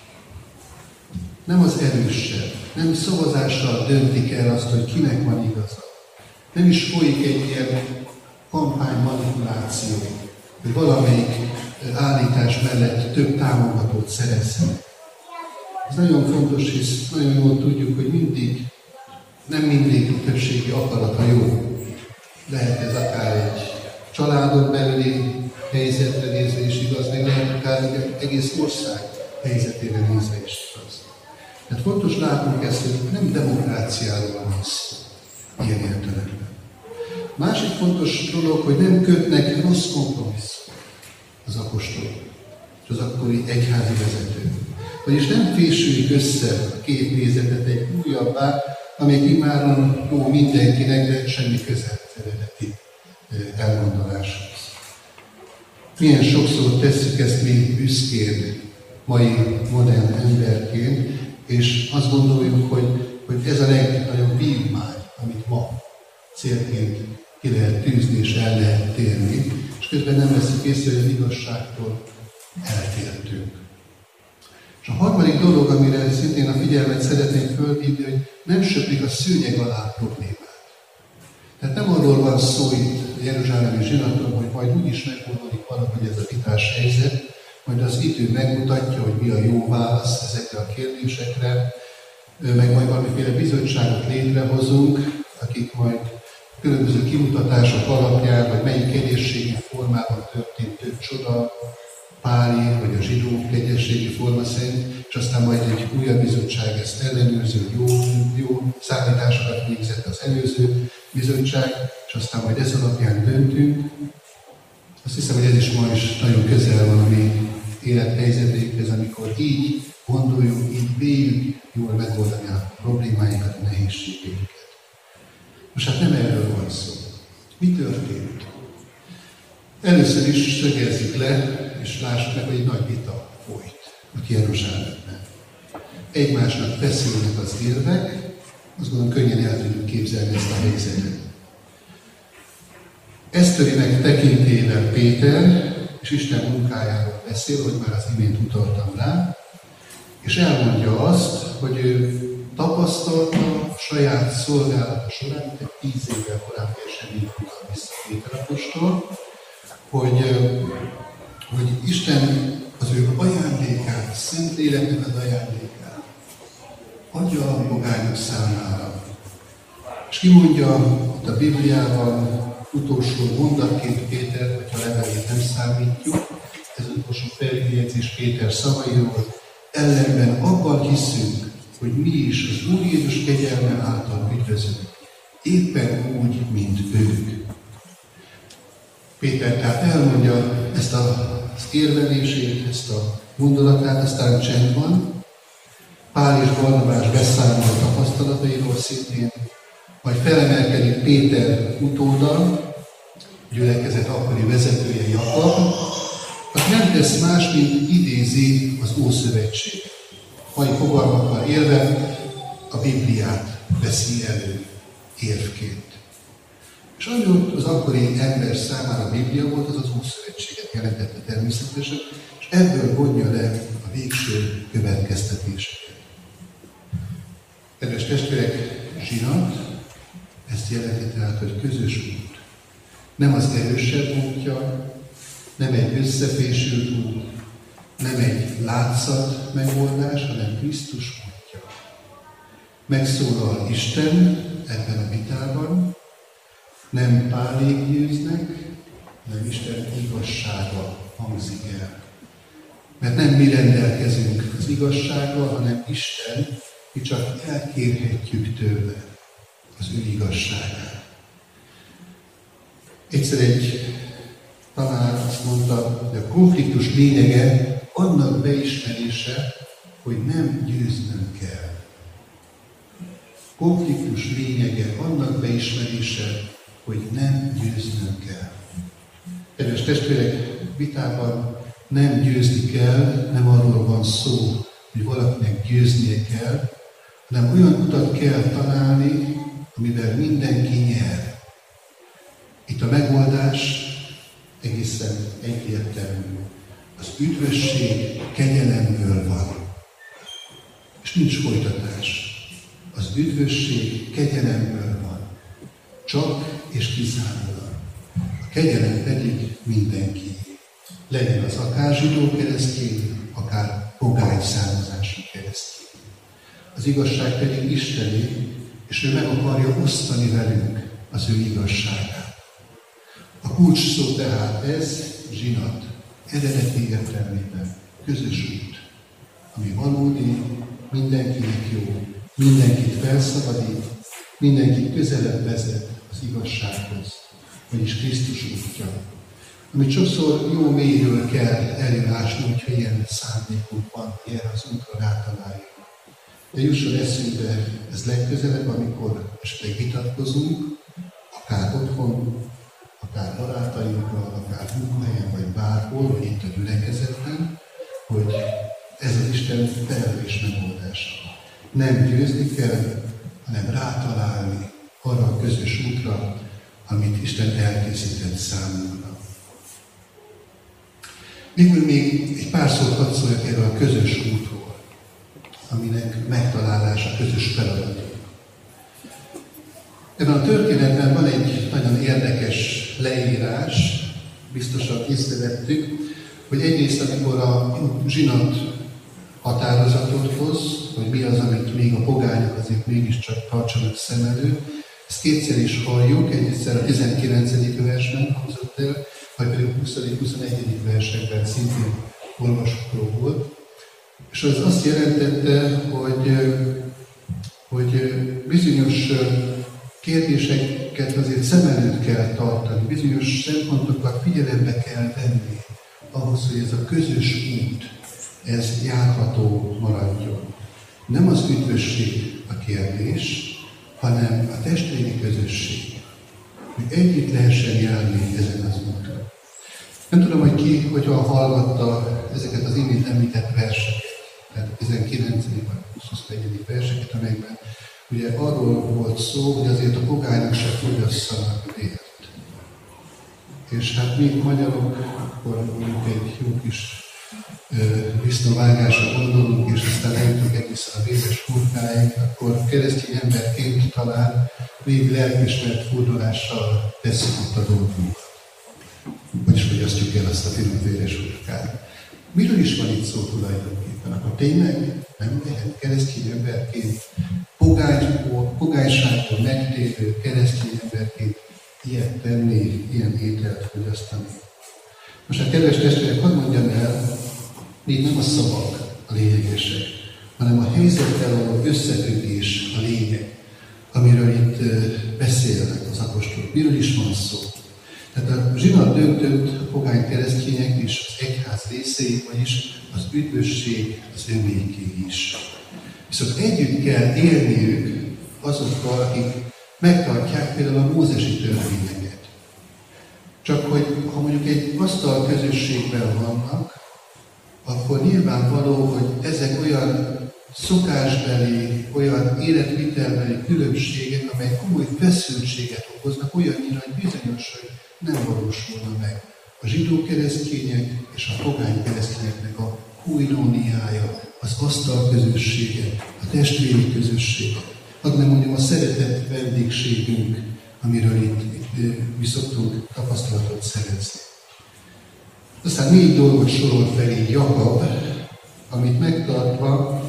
Nem az erősebb, nem szavazással döntik el azt, hogy kinek van igaza. Nem is folyik egy ilyen kampány manipuláció, hogy valamelyik állítás mellett több támogatót szerezzen. Ez nagyon fontos, hisz nagyon jól tudjuk, hogy nem mindig a többségi akarata jó. Lehet ez akár egy családon belüli helyzetre nézve is igaz, meg lehet akár egy egész ország helyzetére nézve is igaz. Tehát fontos látnunk ezt, hogy nem demokráciáról van szó ilyen értelemben. Másik fontos dolog, hogy nem kötnek rossz kompromisszumot az apostolok és az akkori egyházi vezetők. Vagyis nem fésülik össze a két nézetet egy újabbá, amelyik immáron jó mindenkinek, de semmi köze az eredeti elgondoláshoz. Milyen sokszor tesszük ezt mi büszkén, mai modern emberként, és azt gondoljuk, hogy ez a legnagyobb vívmány, amit ma célként ki lehet tűzni és el lehet térni, és közben nem veszük észre, hogy az igazságtól eltértünk. És a harmadik dolog, amire szintén a figyelmet szeretném fölhívni, hogy nem söprik a szőnyeg alá a problémát. Tehát nem arról van szó itt a jeruzsálemi zsinaton, hogy majd úgyis megoldódik valahogy ez a vitás helyzet, majd az idő megmutatja, hogy mi a jó válasz ezekre a kérdésekre, meg majd valamiféle bizottságot létrehozunk, akik majd különböző kimutatások alapján, vagy melyik kegyességi formában történt több csoda, Páli, vagy a zsidó kegyességi forma szerint, és aztán majd egy újabb bizottság ezt ellenőrző, jó számításokat végzett az előző bizottság, és aztán majd ez alapján döntünk. Azt hiszem, hogy ez is ma is nagyon közel van a mi élethelyzetékhez, amikor így gondoljuk, így véljük jól megoldani a problémáinkat, a nehézségeinket. Most hát nem erről van szó. Mi történt? Először is szögezzük le, és lássuk meg, hogy egy nagy vita folyt ott Jeruzsálemben. Egymásnak beszélnek az érvek, azt gondolom könnyen el tudjuk képzelni ezt a helyzetet. Eszterinek tekintélyével Péter, és Isten munkájáról beszél, hogy már az imént utaltam rá, és elmondja azt, hogy ő tapasztalta a saját szolgálata során, mint egy 10 évvel korábbi esemény vissza Péter apostol, hogy Isten az ő ajándékát, szent léleknek az ajándékát adja a pogányok számára. És kimondja ott a Bibliában utolsó mondatként Péter, hogyha levelét nem számítjuk, utolsó feljegyzés Péter szavairól, ellenben abban hiszünk, hogy mi is az Úr Jézus kegyelme által üdvözlünk, éppen úgy, mint ők. Péter tehát elmondja ezt az érvelését, ezt a gondolatát, aztán csend van. Pál és Barnabás beszámol a tapasztalatairól szintén, majd felemelkedik Péter utóda, gyülekezet akkori vezetője Jakab, aki nem tesz más, mint idézi az Ószövetséget. Mai fogalmakkal élve a Bibliát veszi elő érvként. És ami ott az akkori ember számára a Biblia volt, az az Ószövetséget jelentette természetesen, és ebből vonja le a végső következtetéseket. Kedves testvérek, zsinat, ezt jelenti tehát, hogy közös út. Nem az erősebb útja, nem egy összefésült út, nem egy látszat megoldás, hanem Krisztus útja. Megszólal Isten ebben a vitában, nem Pálék győznek, hanem Isten igazsága hangzik el. Mert nem mi rendelkezünk az igazsággal, hanem Isten, mi csak elkérhetjük tőle az ő igazságát. Egyszer egy tanár azt mondta, hogy a konfliktus lényege annak beismerése, hogy nem győznünk kell. Konfliktus lényege annak beismerése, hogy nem győznünk kell. Kedves testvérek, vitában nem győzni kell, nem arról van szó, hogy valakinek győznie kell, hanem olyan utat kell találni, amivel mindenki nyer. Itt a megoldás egészen egyértelmű. Az üdvösség kegyelemből van. És nincs folytatás. Az üdvösség kegyelemből van. Csak és kizárólag. A kegyelem pedig mindenki. Legyen az akár zsidó keresztény, akár pogány származású keresztény. Az igazság pedig Istené, és ő meg akarja osztani velünk az ő igazságát. A kulcs szó tehát ez, zsinat, eredeti értelmében közös út, ami valódi, mindenkinek jó, mindenkit felszabadít, mindenkit közelebb vezet az igazsághoz, vagyis Krisztus útja, amit sokszor jó mélyről kell előásni, hogyha ilyen szándékunk van, hogy erre az útra rátaláljunk. De jusson eszünkbe ez legközelebb, amikor esetleg vitatkozunk, akár otthon, akár barátainkkal, akár munkahelyen, vagy bárhol, vagy itt a gyülekezetben, hogy ez az Isten felelős megoldása. Nem győzni kell, hanem rátalálni arra a közös útra, amit Isten elkészített számunkra. Végül még egy pár szót hadd szóljak erről a közös útról, aminek megtalálása közös feladat. Ebben a történetben van egy nagyon érdekes leírás, biztosan észrevettük, hogy egyrészt, amikor a zsinat határozatot hoz, hogy mi az, amit még a pogányok azért mégiscsak tartsanak szem előtt, ezt kétszer is halljuk, egyszer a 19. versben hangzott el, vagy pedig a 20.-21. versekben szintén olvasható volt. És az azt jelentette, hogy bizonyos kérdéseket azért szem előtt kell tartani, bizonyos szempontokat figyelembe kell venni ahhoz, hogy ez a közös út, ez járható maradjon. Nem az üdvösség a kérdés, hanem a testvéri közösség, hogy együtt lehessen járni ezen az úton. Nem tudom, hogy ki, hogyha hallgatta ezeket az imént említett verseket, tehát a 19. vagy 21. verseket, amelyekben ugye arról volt szó, hogy azért a pogányok se fogyasszanak vért. És hát mi magyarok, akkor mondjuk egy jó kis disznóvágásra gondolunk, és aztán eljutunk egészen a véres hurkáig, akkor keresztény emberként talán még lelkismert fordulással tesszük ott a dolgunkat. Vagyis fogyasztjuk el azt a finom véres hurkát. Miről is van itt szó tulajdonképpen? Akkor tényleg nem lehet keresztény emberként, pogányságból megtérő keresztény emberként ilyet tenni, ilyen ételt fogyasztani? Most hát, kedves testvérek, hadd mondjam el, még nem a szavak a lényegesek, hanem a helyzettel való összefüggés a lényeg, amiről itt beszélnek az apostolok. Miről is van szó? Tehát a zsinat döntött a pogány keresztények is, az egyház részei, vagyis az üdvösség az övéké is. Viszont együtt kell élniük azokkal, akik megtartják például a mózesi törvényeket. Csak hogy ha mondjuk egy asztal közösségben vannak, akkor nyilvánvaló, hogy ezek olyan szokásbeli, olyan életvitelbeli különbségek, amelyek komoly feszültséget okoznak, olyannyira, hogy bizonyos, hogy nem valósulna meg. A zsidó keresztények és a pogány keresztényeknek a koinóniája, az asztal közössége, a testvéri közössége. Hadd nem mondjam, a szeretett vendégségünk, amiről itt mi szoktunk tapasztalatot szerezni. Aztán 4 dolgot sorol fel így Jakab, amit megtartva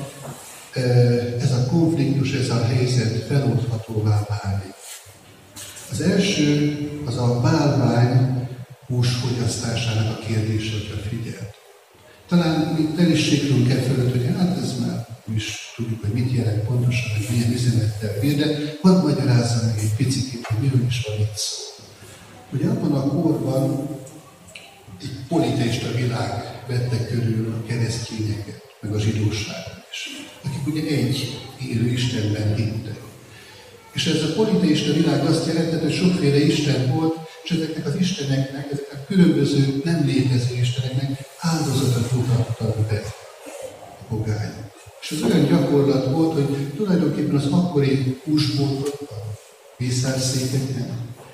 ez a konfliktus, ez a helyzet feloldhatóvá válik. Az első az a bálvány hús fogyasztásának a kérdése, hogyha figyelt. Talán mi el is siklunk fölött, hogy hát ez már mi is tudjuk, hogy mit jelent pontosan, hogy milyen üzenettel bír, de hadd magyarázzam meg egy picit, hogy miről is van itt szó. Ugye abban a korban egy politeista világ vette körül a keresztényeket, meg a zsidóságot is, akik ugye egy élő Istenben hittek. És ez a politeista világ azt jelentett, hogy sokféle Isten volt, és ezeknek az isteneknek, ezeknek a különböző nem létező isteneknek áldozatot mutattak be a pogányok. És ez olyan gyakorlat volt, hogy tulajdonképpen az akkori húsboltok, a mészárszékeken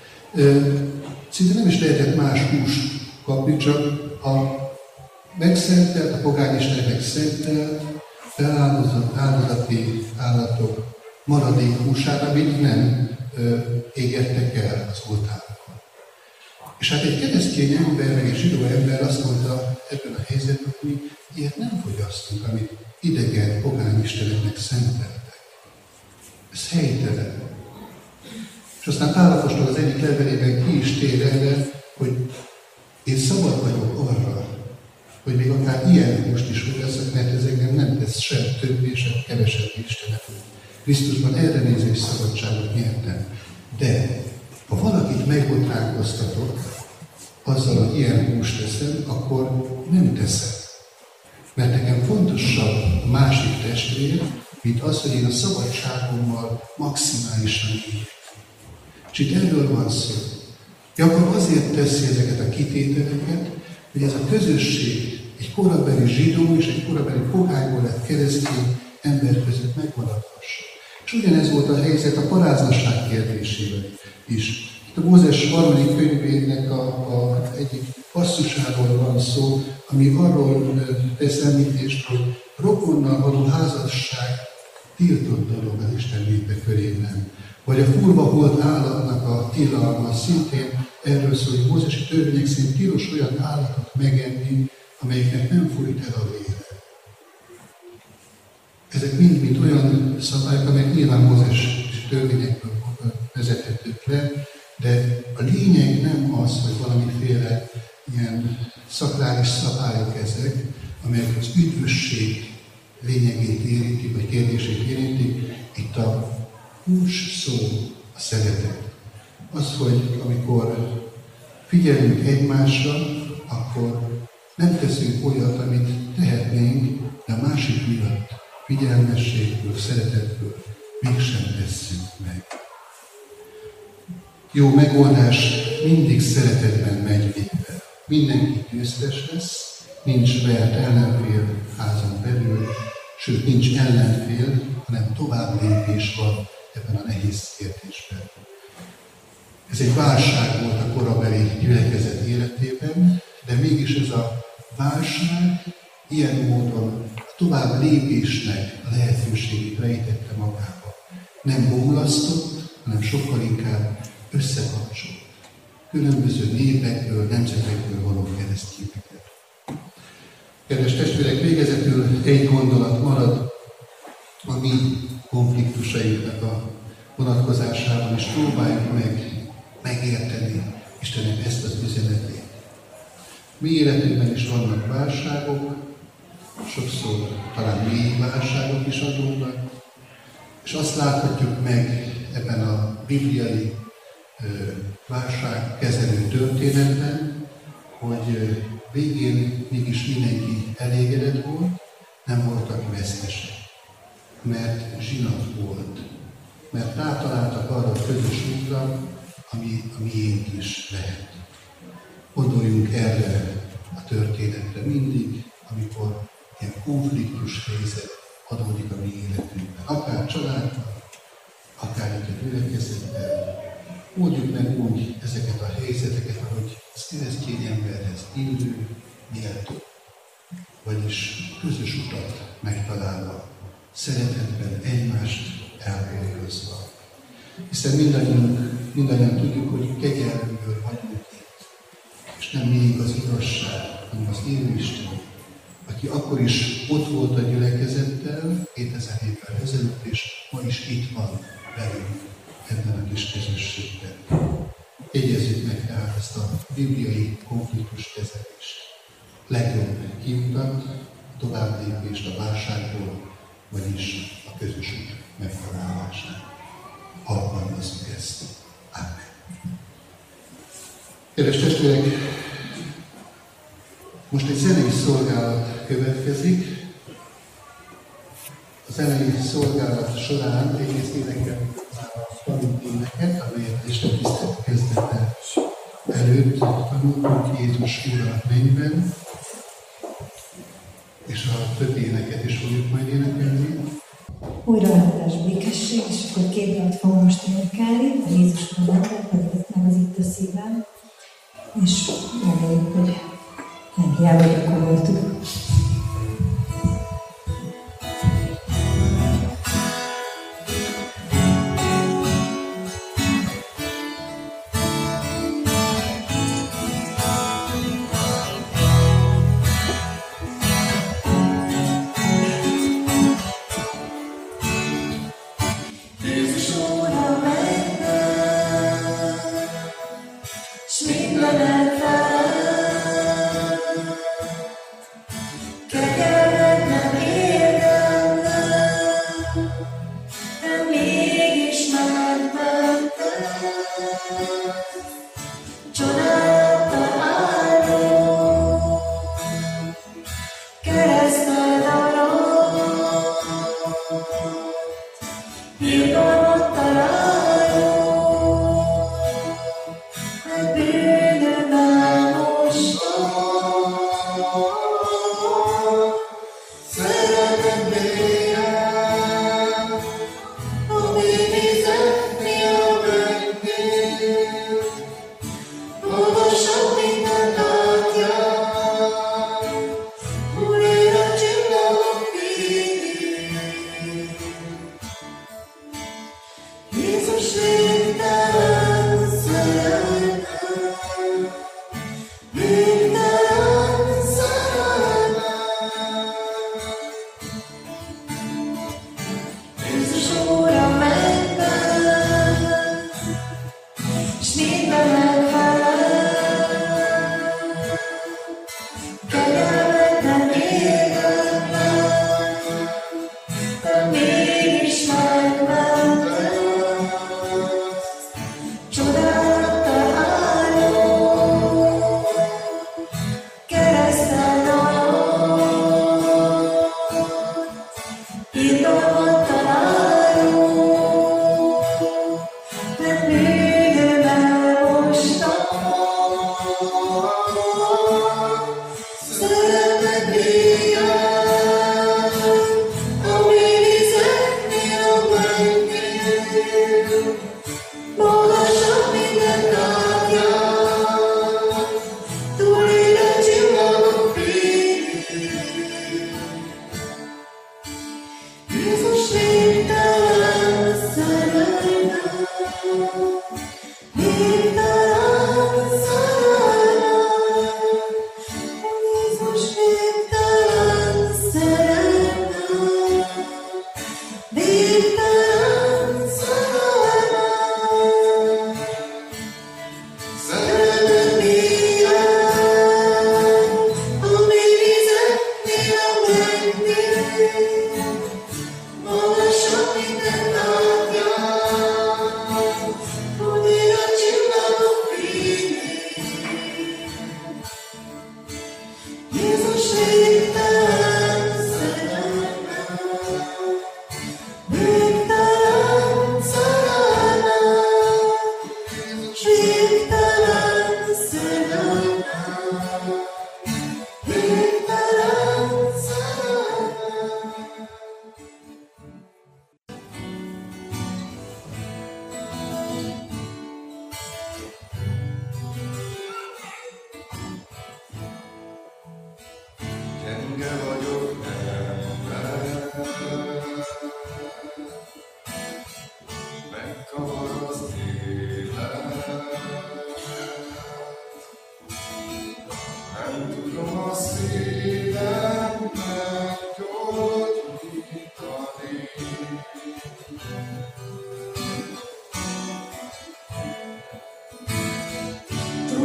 szinte nem is lehetett más húst kapni, csak a megszentelt, a pogányisteneknek szentelt, feláldozott áldozati állatok maradék húsát, amit nem égettek el az oltárokon. És hát egy keresztény ember, meg egy zsidó ember azt mondta ebben a helyzetben, hogy mi ilyet nem fogyasztunk, amit idegen pogányisteneknek szenteltek. Ez helytelen. És aztán Pál apostol az egyik levelében ki is tér erre, hogy én szabad vagyok arra, hogy még akár ilyen húst is fogyasszak, mert ez engem nem tesz sem több és sem kevesebb Istenet. Krisztusban erre néző szabadságot nyertem. De ha valakit megbotránkoztatok azzal, hogy ilyen húst teszem, akkor nem teszem. Mert nekem fontosabb a másik testvér, mint az, hogy én a szabadságommal maximálisan éljek. És itt erről van szó. Jakab azért teszi ezeket a kitételeket, hogy ez a közösség egy korabeli zsidó és egy korabeli pogányból lett keresztény ember között megmaradhassa. És ugyanez volt a helyzet a paráznaság kérdésével is. Itt a Mózes 3. könyvének a egyik passzusáról van szó, ami arról tesz említést, hogy rokonnal való házasság tiltott dolog az Isten népe körében. Vagy a furva holt állatnak a tilalma szintén erről szól, hogy mózesi törvények szerint tilos olyan állatot megenni, amelyeknek nem folyt el a vére. Ezek mind olyan szabályok, amelyek nyilván mózesi törvényekből vezethetők le, de a lényeg nem az, hogy valamiféle ilyen szakrális szabályok ezek, amelyek az üdvösség lényegét érintik, vagy kérdését érintik. Itt a hús szó a szeretet. Az, hogy amikor figyelünk egymásra, akkor nem teszünk olyat, amit tehetnénk, de a másik miatt figyelmességből, szeretetből mégsem tesszük meg. Jó megoldás mindig szeretetben megy végbe. Mindenki győztes lesz, nincs vert ellenfél házon belül, sőt nincs ellenfél, hanem tovább lépés van ebben a nehéz kérdésben. Ez egy válság volt a korabeli gyülekezet életében, de mégis ez a válság ilyen módon a tovább lépésnek a lehetőségét rejtette magába. Nem bomlasztott, hanem sokkal inkább összekapcsolt. Különböző népekből, nemzetekből való keresztényeket. Kedves testvérek, végezetül egy gondolat marad a mi konfliktusainknak a vonatkozásában, és próbáljuk meg megérteni Istennek ezt az üzenetét. Mi életünkben is vannak válságok, sokszor talán mély válságok is adódnak, és azt láthatjuk meg ebben a bibliai válságkezelő történetben, hogy végén mégis mindenki elégedett volt, nem voltak vesztesek, mert zsinat volt, mert rátaláltak arra a közös útra, ami a miénk is lehet. Gondoljunk erre a történetre mindig, amikor ilyen konfliktus helyzet adódik a mi életünkben. Akár családban, akár itt a gyülekezetben. Oldjuk meg úgy ezeket a helyzeteket, ahogy az keresztény emberhez illő, méltó. Vagyis közös utat megtalálva, szeretetben egymást elgondolkozva. Hiszen mindannyian tudjuk, hogy kegyelmből vagyunk itt, és nem mindig az igazság, hanem az élő Isten, aki akkor is ott volt a gyülekezettel 2000 évvel ezelőtt, és ma is itt van velünk ebben a kis közösségben. Jegyezzük meg tehát ezt a bibliai konfliktus kezelést. Legjobb kiutat, továbblépést a válságból, vagyis a közös út megtalálását. Alkalmazzuk ezt. Amen. Kedves testvérek, most egy zenei szolgálat következik. A zenei szolgálat során egyrészt énekelünk a taníténeket, amelyet Isten tisztelet kezdete előtt tanultunk Jézus Úr a mennyben, és a több éneket is fogjuk majd énekelni. Újraadás, békesség, és akkor két dalt fogom most énekelni, a Jézus Úr a mennyben, pedig meg az itt a szívem, és reméljük, hogy nem hiába gyakoroltuk.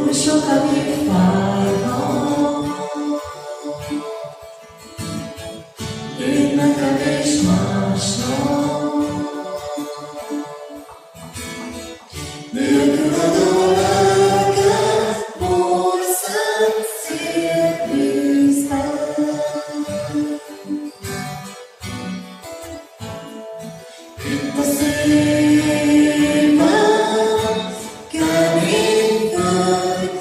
túl sok, ami fájhat. Én nekem és másnak, nélküled a lelket, oly szent szép vízben. Itt a szívben, kemény föld,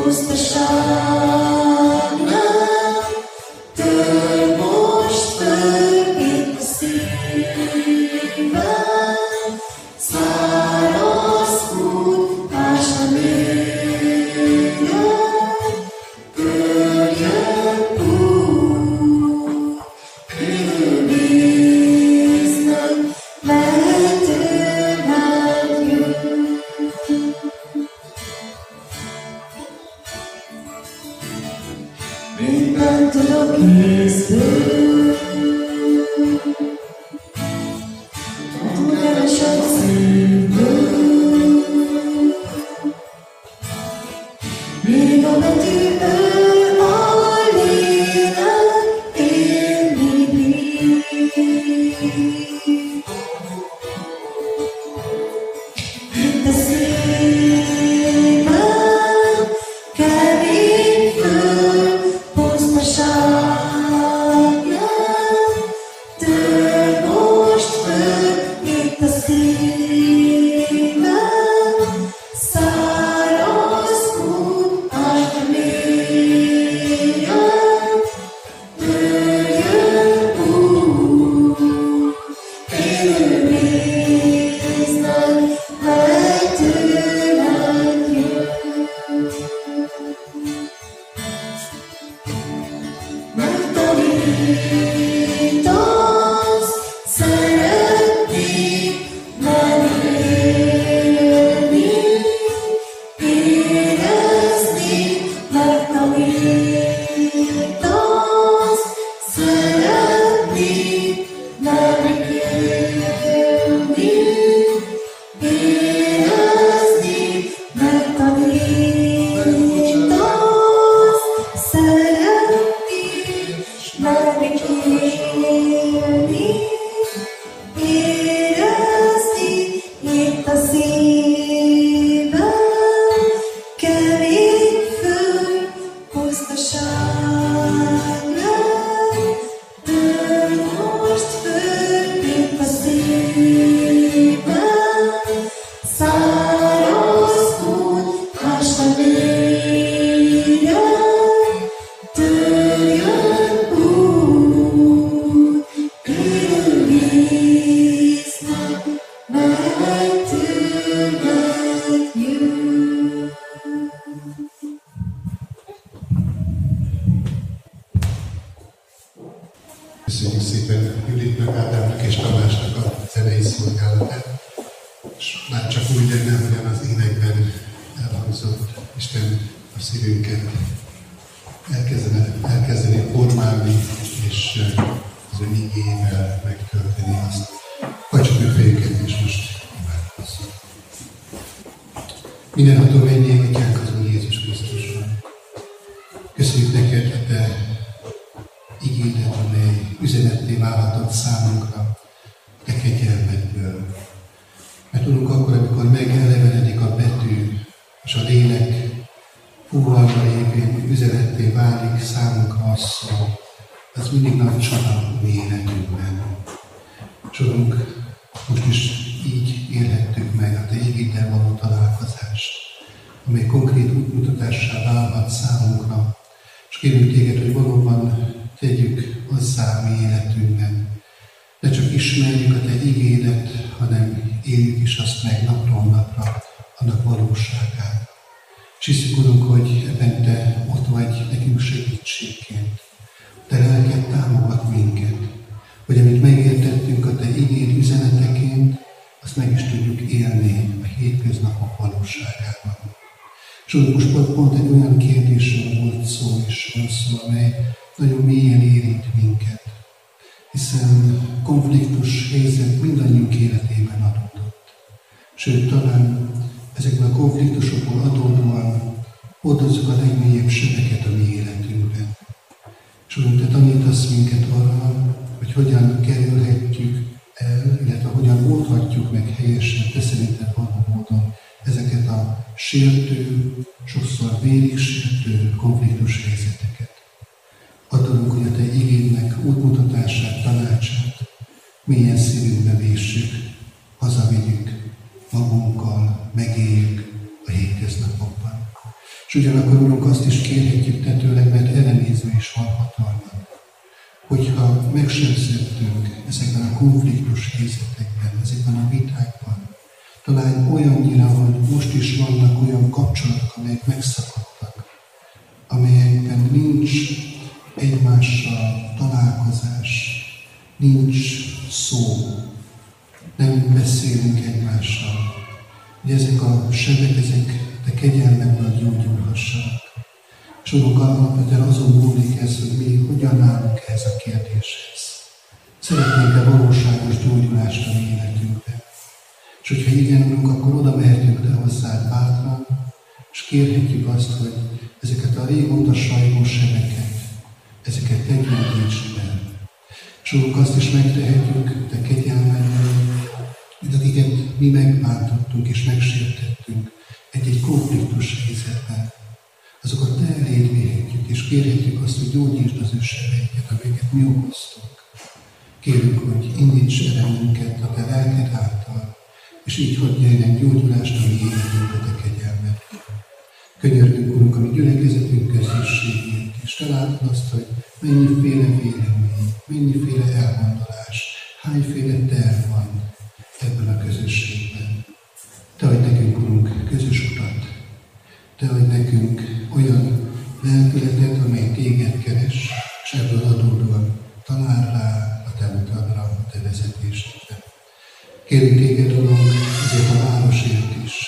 pusztaság nem, tör most föl. Itt a szívben, száraz út, más nem éljen, törjön út, élő víznek, lehetően jön. Mindent tudok észből, túl keresek szívből, még a betű ő a lélek élni bír. Itt a szívben, kemény föld, pusztaság nem, tör most föl. Itt a szívben, száraz út, más nem éljen, törjön út, élő víznek, lehetően jön. Megtanítasz, szeretni, nem élni, érezni. Megtanítasz, szeretni, nem élni, érezni. Megtanítasz, szeretni, nem élni, érezni. Itt a szívben, kemény föld, pusztaság nem, tör most föl. Itt a szívben, száraz út, más nem éljen, törjön út, élő víznek, lehetően jön. Köszönjük szépen Juditnak, Ádámnak és Tamásnak a zenei szolgálatát. És már csak úgy lenne, hogyan az énekben elhangzott, Isten a szívünket elkezdeni formálni, és az ő igével megtölteni azt. Hajtsuk meg fejünket, és most imádkozzunk. Mindenható mennyi Atyánk az Úr Jézus Krisztusban. Köszönjük neked, hogy te igédet, amely üzenetté válhatott számunkra, te kegyelmedből. Mert tudunk akkor, amikor megelevenedik a betű, és a lélek fúvalva évén üzenetté válik számunkra a szó, az mindig nagy csoda a mi életünkben. És Urunk, most is így élhettük meg a te igéddel való találkozást, amely konkrét útmutatássá válhat számunkra, és kérünk téged, hogy valóban tegyük azzá a mi életünkben. Ne csak ismerjük a te igédet, hanem éljük is azt meg napról napra, annak valóságát. És hiszük, Urunk, hogy ebben te ott vagy nekünk segítségként. Te lelked támogat minket, hogy amit megértettünk a te igéd üzeneteként, azt meg is tudjuk élni a hétköznapok valóságában. És most pont egy olyan kérdésről volt szó, és van szó, amely nagyon mélyen érint minket, hiszen konfliktus helyzet mindannyiunk életében adódott. Sőt, talán ezekből a konfliktusokból adódóan hordozzuk a legmélyebb sebeket a mi életünkben. És Urunk, Te tanítasz minket arra, hogy hogyan kerülhetjük el, illetve hogyan oldhatjuk meg helyesen, Te szerinted való módon ezeket a sértő, sokszor vérig sértő konfliktus helyzeteket. Adunk, hogy a Te igédnek útmutatását, tanácsát mélyen szívünkbe véssük, hazavigyük magunkkal, megéljük a hétköznapokban. És ugyanakkor, Urunk, azt is kérhetjük Te tőled, mert ellenéző is van hatalmad, hogyha megsebződtünk ezekben a konfliktus helyzetekben, ezekben a vitákban, talán olyannyira, hogy most is vannak olyan kapcsolatok, amelyek megszakadtak, amelyekben nincs egymással találkozás, nincs szó, nem beszélünk egymással, hogy ezek a sebek, ezek Te kegyelmedből gyógyulhassanak. És Urunk, alapvetően azon múlik ez, hogy mi hogyan állunk ehhez a kérdéshez. Szeretnénk-e valóságos gyógyulást a mi életünkben? És hogyha igen, Urunk, akkor oda mehetünk Te hozzád bátran, és kérhetjük azt, hogy ezeket a régóta sajgós sebeket, ezeket Te gyógyítsd be. És Urunk, azt is megtehetjük Te kegyelmeddel, hogy akiket mi megbántottunk és megsértettünk egy-egy konfliktus helyzetben, azokat Te eléd vihetjük, és kérhetjük azt, hogy gyógyítsd az ő sebeiket, amiket mi okoztunk. Kérjük, hogy indíts erőnket a Te lelked által, és így hadd jöjjön gyógyulást a mi életünkbe, Te kegyelmedből. Könyörgünk, Urunk, a mi gyülekezetünk közösségét, és Te látod azt, hogy mennyiféle vélemény, mennyiféle elgondolás, hányféle terv van ebben a közösségben. Te adj nekünk, Urunk, közös utat. Te adj nekünk olyan lelkületet, amely Téged keres, és ebből adódóan talál rá a Te utadra, a Te vezetésedre. Kérünk Téged, Urunk, ezért a városért is.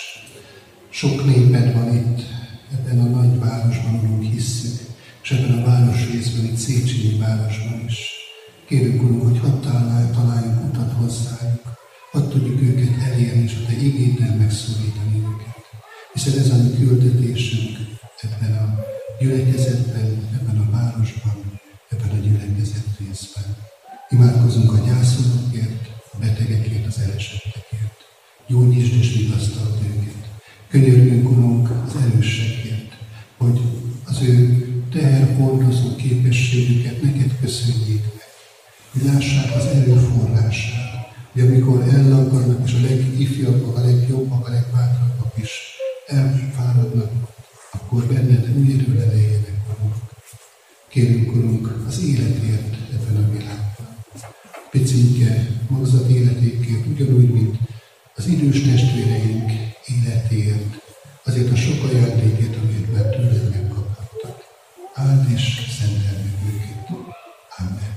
Sok néped van itt, ebben a nagy városban, Urunk, hisszük, és ebben a városrészben, itt Széchenyi városban is. Kérünk, Urunk, hogy hadd találjunk utat hozzájuk, hadd tudjuk őket elérni, és a Te igéddel megszólítani őket. Hiszen ez a mi küldetésünk ebben a gyülekezetben, ebben a városban, ebben a gyülekezet részben. Imádkozunk a gyászolókért, a betegekért, az elesettekért. Gyógyítsd és vigasztald őket. Könyörgünk, Urunk, az erősségért, hogy az ő teherhordozó képességüket neked köszönjék meg. Hogy lássák az erőforrását, hogy amikor ellakadnak, és a legifjabbak, a legjobbak, a legbátrabbak is elfáradnak, akkor benned új erő lelejjenek, Urunk. Kérünk, Urunk, az életért ebben a világban. Picinke magzat életékért, ugyanúgy, mint az idős testvéreink életéért, azért a sok ajándékért, amit már tőled megkaphattak. Áld és szenteld meg őket. Amen.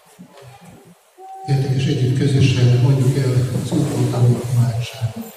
Gyertek, és együtt közösen mondjuk el az úton tanult imádságot.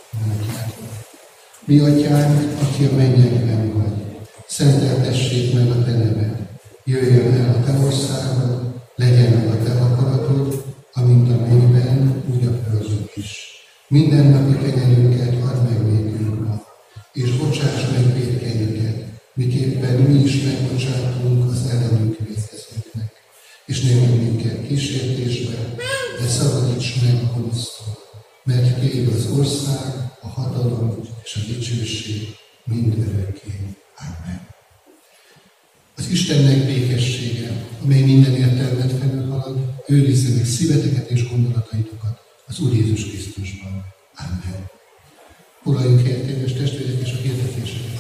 Mi atyánk, aki a mennyekben vagy, szenteltessék meg a Te neved. Jöjjön el a Te országod, legyen meg a Te akaratod, amint a mennyben, úgy a földön is. Mindennapi kenyerünket add meg nékünk ma, és bocsáss meg vétkeinket, miképpen mi is megbocsátunk az ellenünk vétkezőknek. És ne vigy minket kísértésbe, de szabadíts meg a gonosztól, mert Tiéd az ország, a hatalom és a dicsőség mindörökké. Amen. Az Istennek békessége, amely minden értelmet felülhalad, őrizze meg szíveteket és gondolataitokat az Úr Jézus Krisztusban. Amen. Foglaljunk helyet, kedves testvérek, és a hirdetéseket.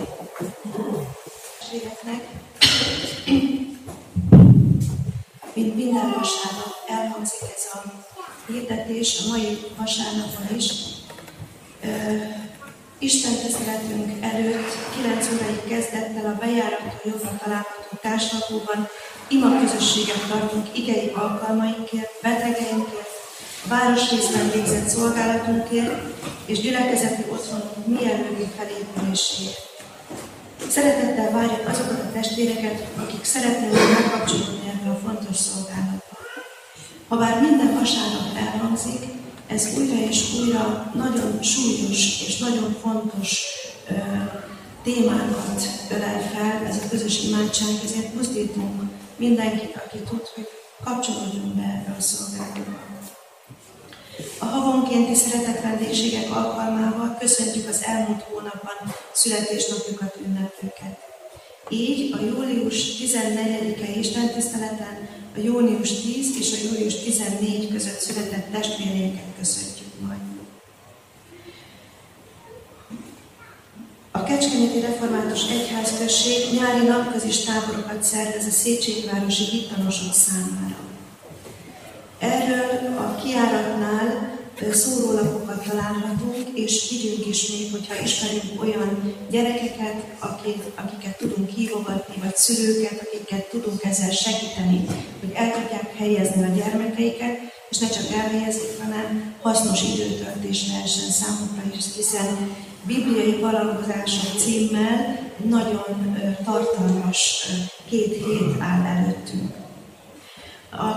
Mint minden vasárnap elhangzik ez a hirdetés, a mai vasárnapon is. Isten tiszteletünk előtt 9 órai kezdettel a bejárató jobbra található társlakóban imaközösséget tartunk igei alkalmainkért, betegeinkért, a városrészben végzett szolgálatunkért és gyülekezeti otthonunk mielőbbi felépüléséért. Szeretettel várjuk azokat a testvéreket, akik szeretnének megkapcsolódni ebben a fontos szolgálatban. Habár minden vasárnap elhangzik, ez újra és újra nagyon súlyos és nagyon fontos témákat ölel fel ez a közös imádság, ezért mozdítunk mindenkit, aki tud, hogy kapcsolódjunk be erre a szolgálatba. A havonkénti szeretetvendégségek alkalmával köszöntjük az elmúlt hónapban születésnapjukat ünneplőket. Így a július 14-i istentiszteleten a június 10 és a július 14 között született testvéreinket köszöntjük majd. A Kecskeméti Református Egyházközség nyári napközis táborokat szervez a széchenyivárosi hittanosok számára. Erről a kijáratnál szórólapokat találhatunk, és vigyünk is még, hogyha ismerünk olyan gyerekeket, akiket tudunk hívogatni, vagy szülőket, akiket tudunk ezzel segíteni, hogy el tudják helyezni a gyermekeiket, és ne csak elhelyezik, hanem hasznos időtöltés lehessen számukra is, hiszen bibliai valózások címmel nagyon tartalmas 2 hét áll előttünk. A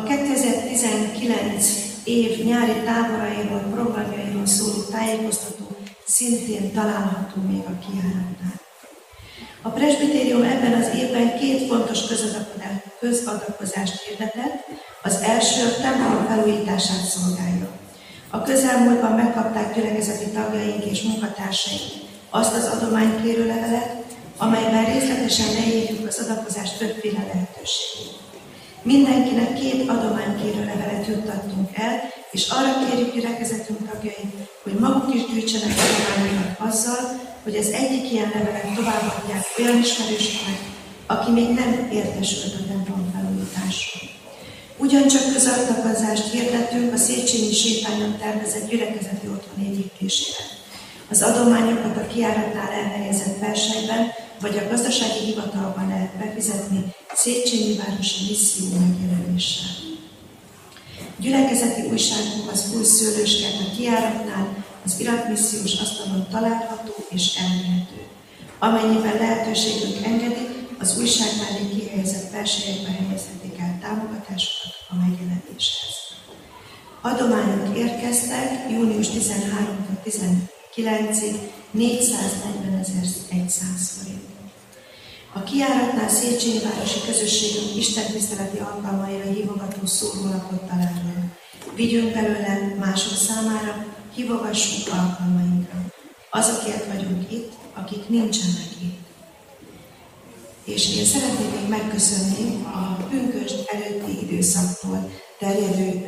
2019 év nyári táborairól, programjairól szóló tájékoztató szintén található még a kijáratnál. A presbitérium ebben az évben 2 fontos közadakozást hirdetett. Az első a templom felújítását szolgálja. A közelmúltban megkapták gyülekezeti tagjaink és munkatársaink azt az adománykérő levelet, amelyben részletesen leírjuk az adakozás többféle lehetőségét. Mindenkinek 2 adománykérő levelet juttattunk el, és arra kérjük gyülekezetünk tagjait, hogy maguk is gyűjtsenek adományokat azzal, hogy az egyik ilyen levelet továbbadják olyan ismerősöknek, aki még nem értesült a templom felújításról. Ugyancsak közadakozást hirdetünk a Széchenyi sétányon tervezett gyülekezeti otthon építésére. Az adományokat a kijáratnál elhelyezett versenyben vagy a gazdasági hivatalban lehet befizetni Széchenyivárosi misszió megjelenéssel. Gyülekezeti újságunk az Új Szőlőskert a kijáratnál az iratmissziós asztalon található és elérhető. Amennyiben lehetőségünk engedi, az újság mellé kihelyezett versenyekbe helyezhetik el támogatásokat a megjelenéshez. Adományok érkeztek június 13-tól 19-ig 440.100 forint. A kijáratnál Széchenyivárosi közösségünk istentiszteleti alkalmaira hívogató szórólapot találunk. Vigyünk belőle mások számára, hívogassunk alkalmainkra. Azokért vagyunk itt, akik nincsenek itt. És én szeretnék még megköszönni a pünkösd előtti időszaktól terjedő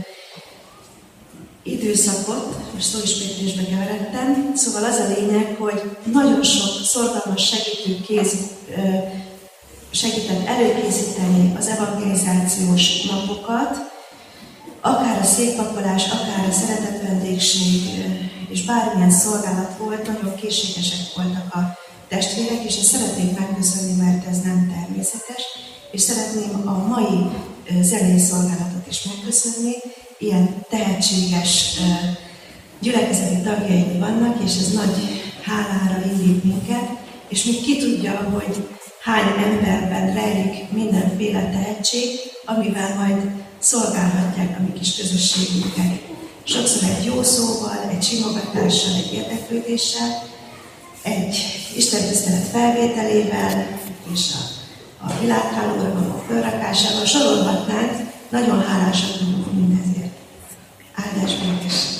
időszakot, most szóismétlésbe keveredtem, szóval az a lényeg, hogy nagyon sok szorgalmas segítőkéz segített előkészíteni az evangelizációs napokat, akár a székpakolás, akár a szeretetvendégség, és bármilyen szolgálat volt, nagyon készségesek voltak a testvérek, és ezt szeretnék megköszönni, mert ez nem természetes, és szeretném a mai zenészolgálatot is megköszönni. Ilyen tehetséges gyülekezeti tagjaink vannak, és ez nagy hálára indít minket, és még ki tudja, hogy hány emberben rejlik mindenféle tehetség, amivel majd szolgálhatják a mi kis közösségünket. Sokszor egy jó szóval, egy simogatással, egy érdeklődéssel, egy istentisztelet felvételével, és a világhálóra való fölrakásával sorolhatnánk, nagyon hálásak vagyunk mindezért. Áldás békesség!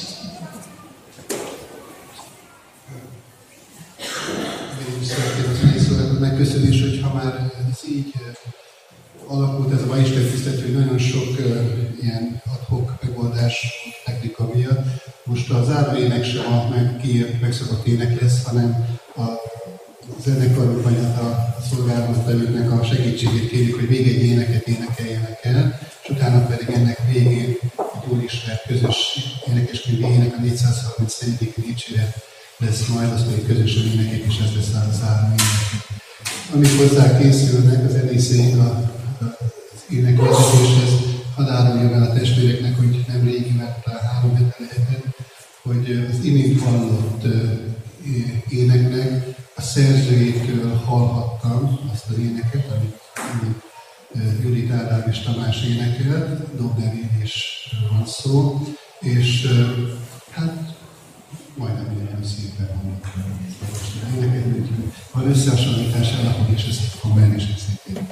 Én is szeretném az zenészolgálatot megköszönni, és hogyha már ez így alakult ez a mai istentisztelet, hogy nagyon sok ilyen ad-hoc megoldás technika miatt. Most a záróének sem a kiírt megszokott ének lesz, hanem a zenekarok vagy a szolgálattevőknek a segítségét kérjük, hogy még egy éneket énekeljenek el, és utána pedig ennek végén egy jól ismert közös énekeskönyvi ének, a 434. dicséret lesz majd, azt pedig közösen énekek, és ez lesz a záró ének. Amik hozzá készülnek, az zenészéink az énekvezetéshez, hadd áruljam el a testvéreknek, hogy nem régi, mert talán 3 hete lehetett, hogy az imént hallott éneknek a szerzőjétől hallhattam azt az éneket, amit Judit Ádám és Tamás énekelt, Dobdevélésről van szó, és hát majdnem ilyen szépen hallottam. Éneket, akkor összehasonlításának, és ezt fogom el is szintén.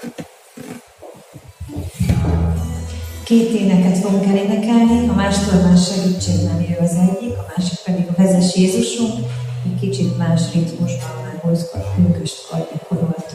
2 éneket fogunk elénekelni, a mástól más segítségnemű az egyik, a másik pedig a Vezess Jézusunk, egy kicsit más ritmusban, már pünköst gyakoroltunk.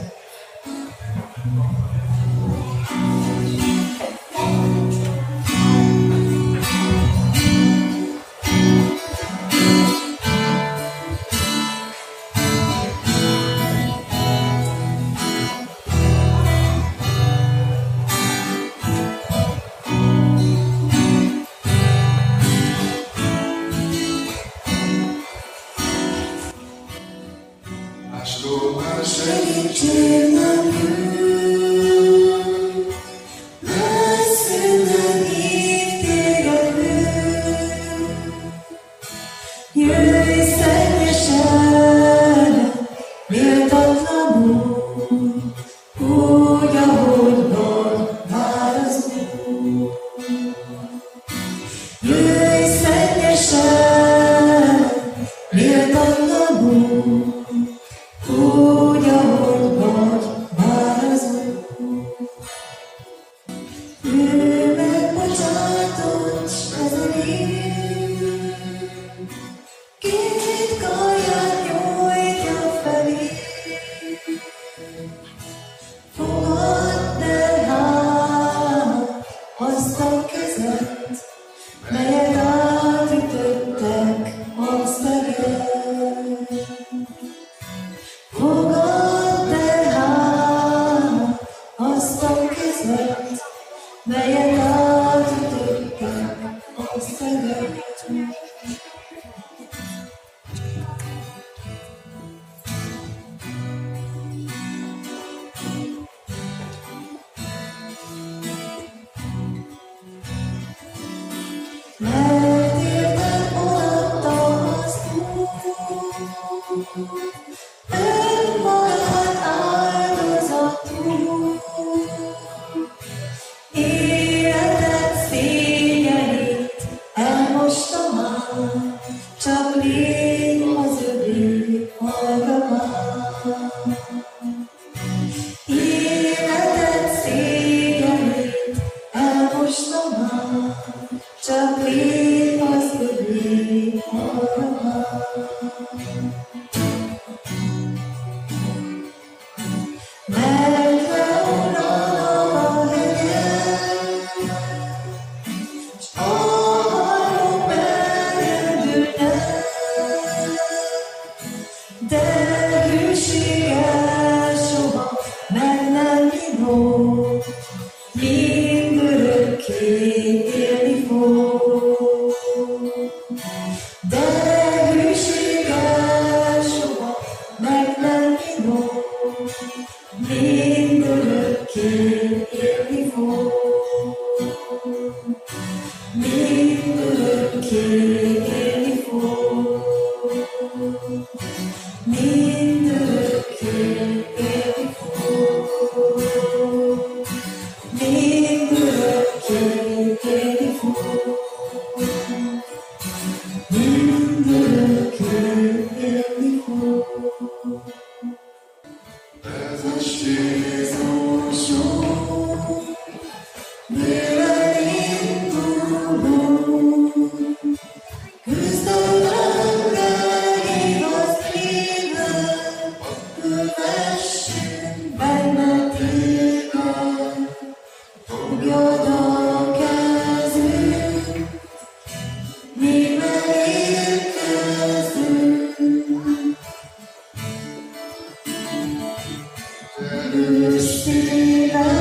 Szíven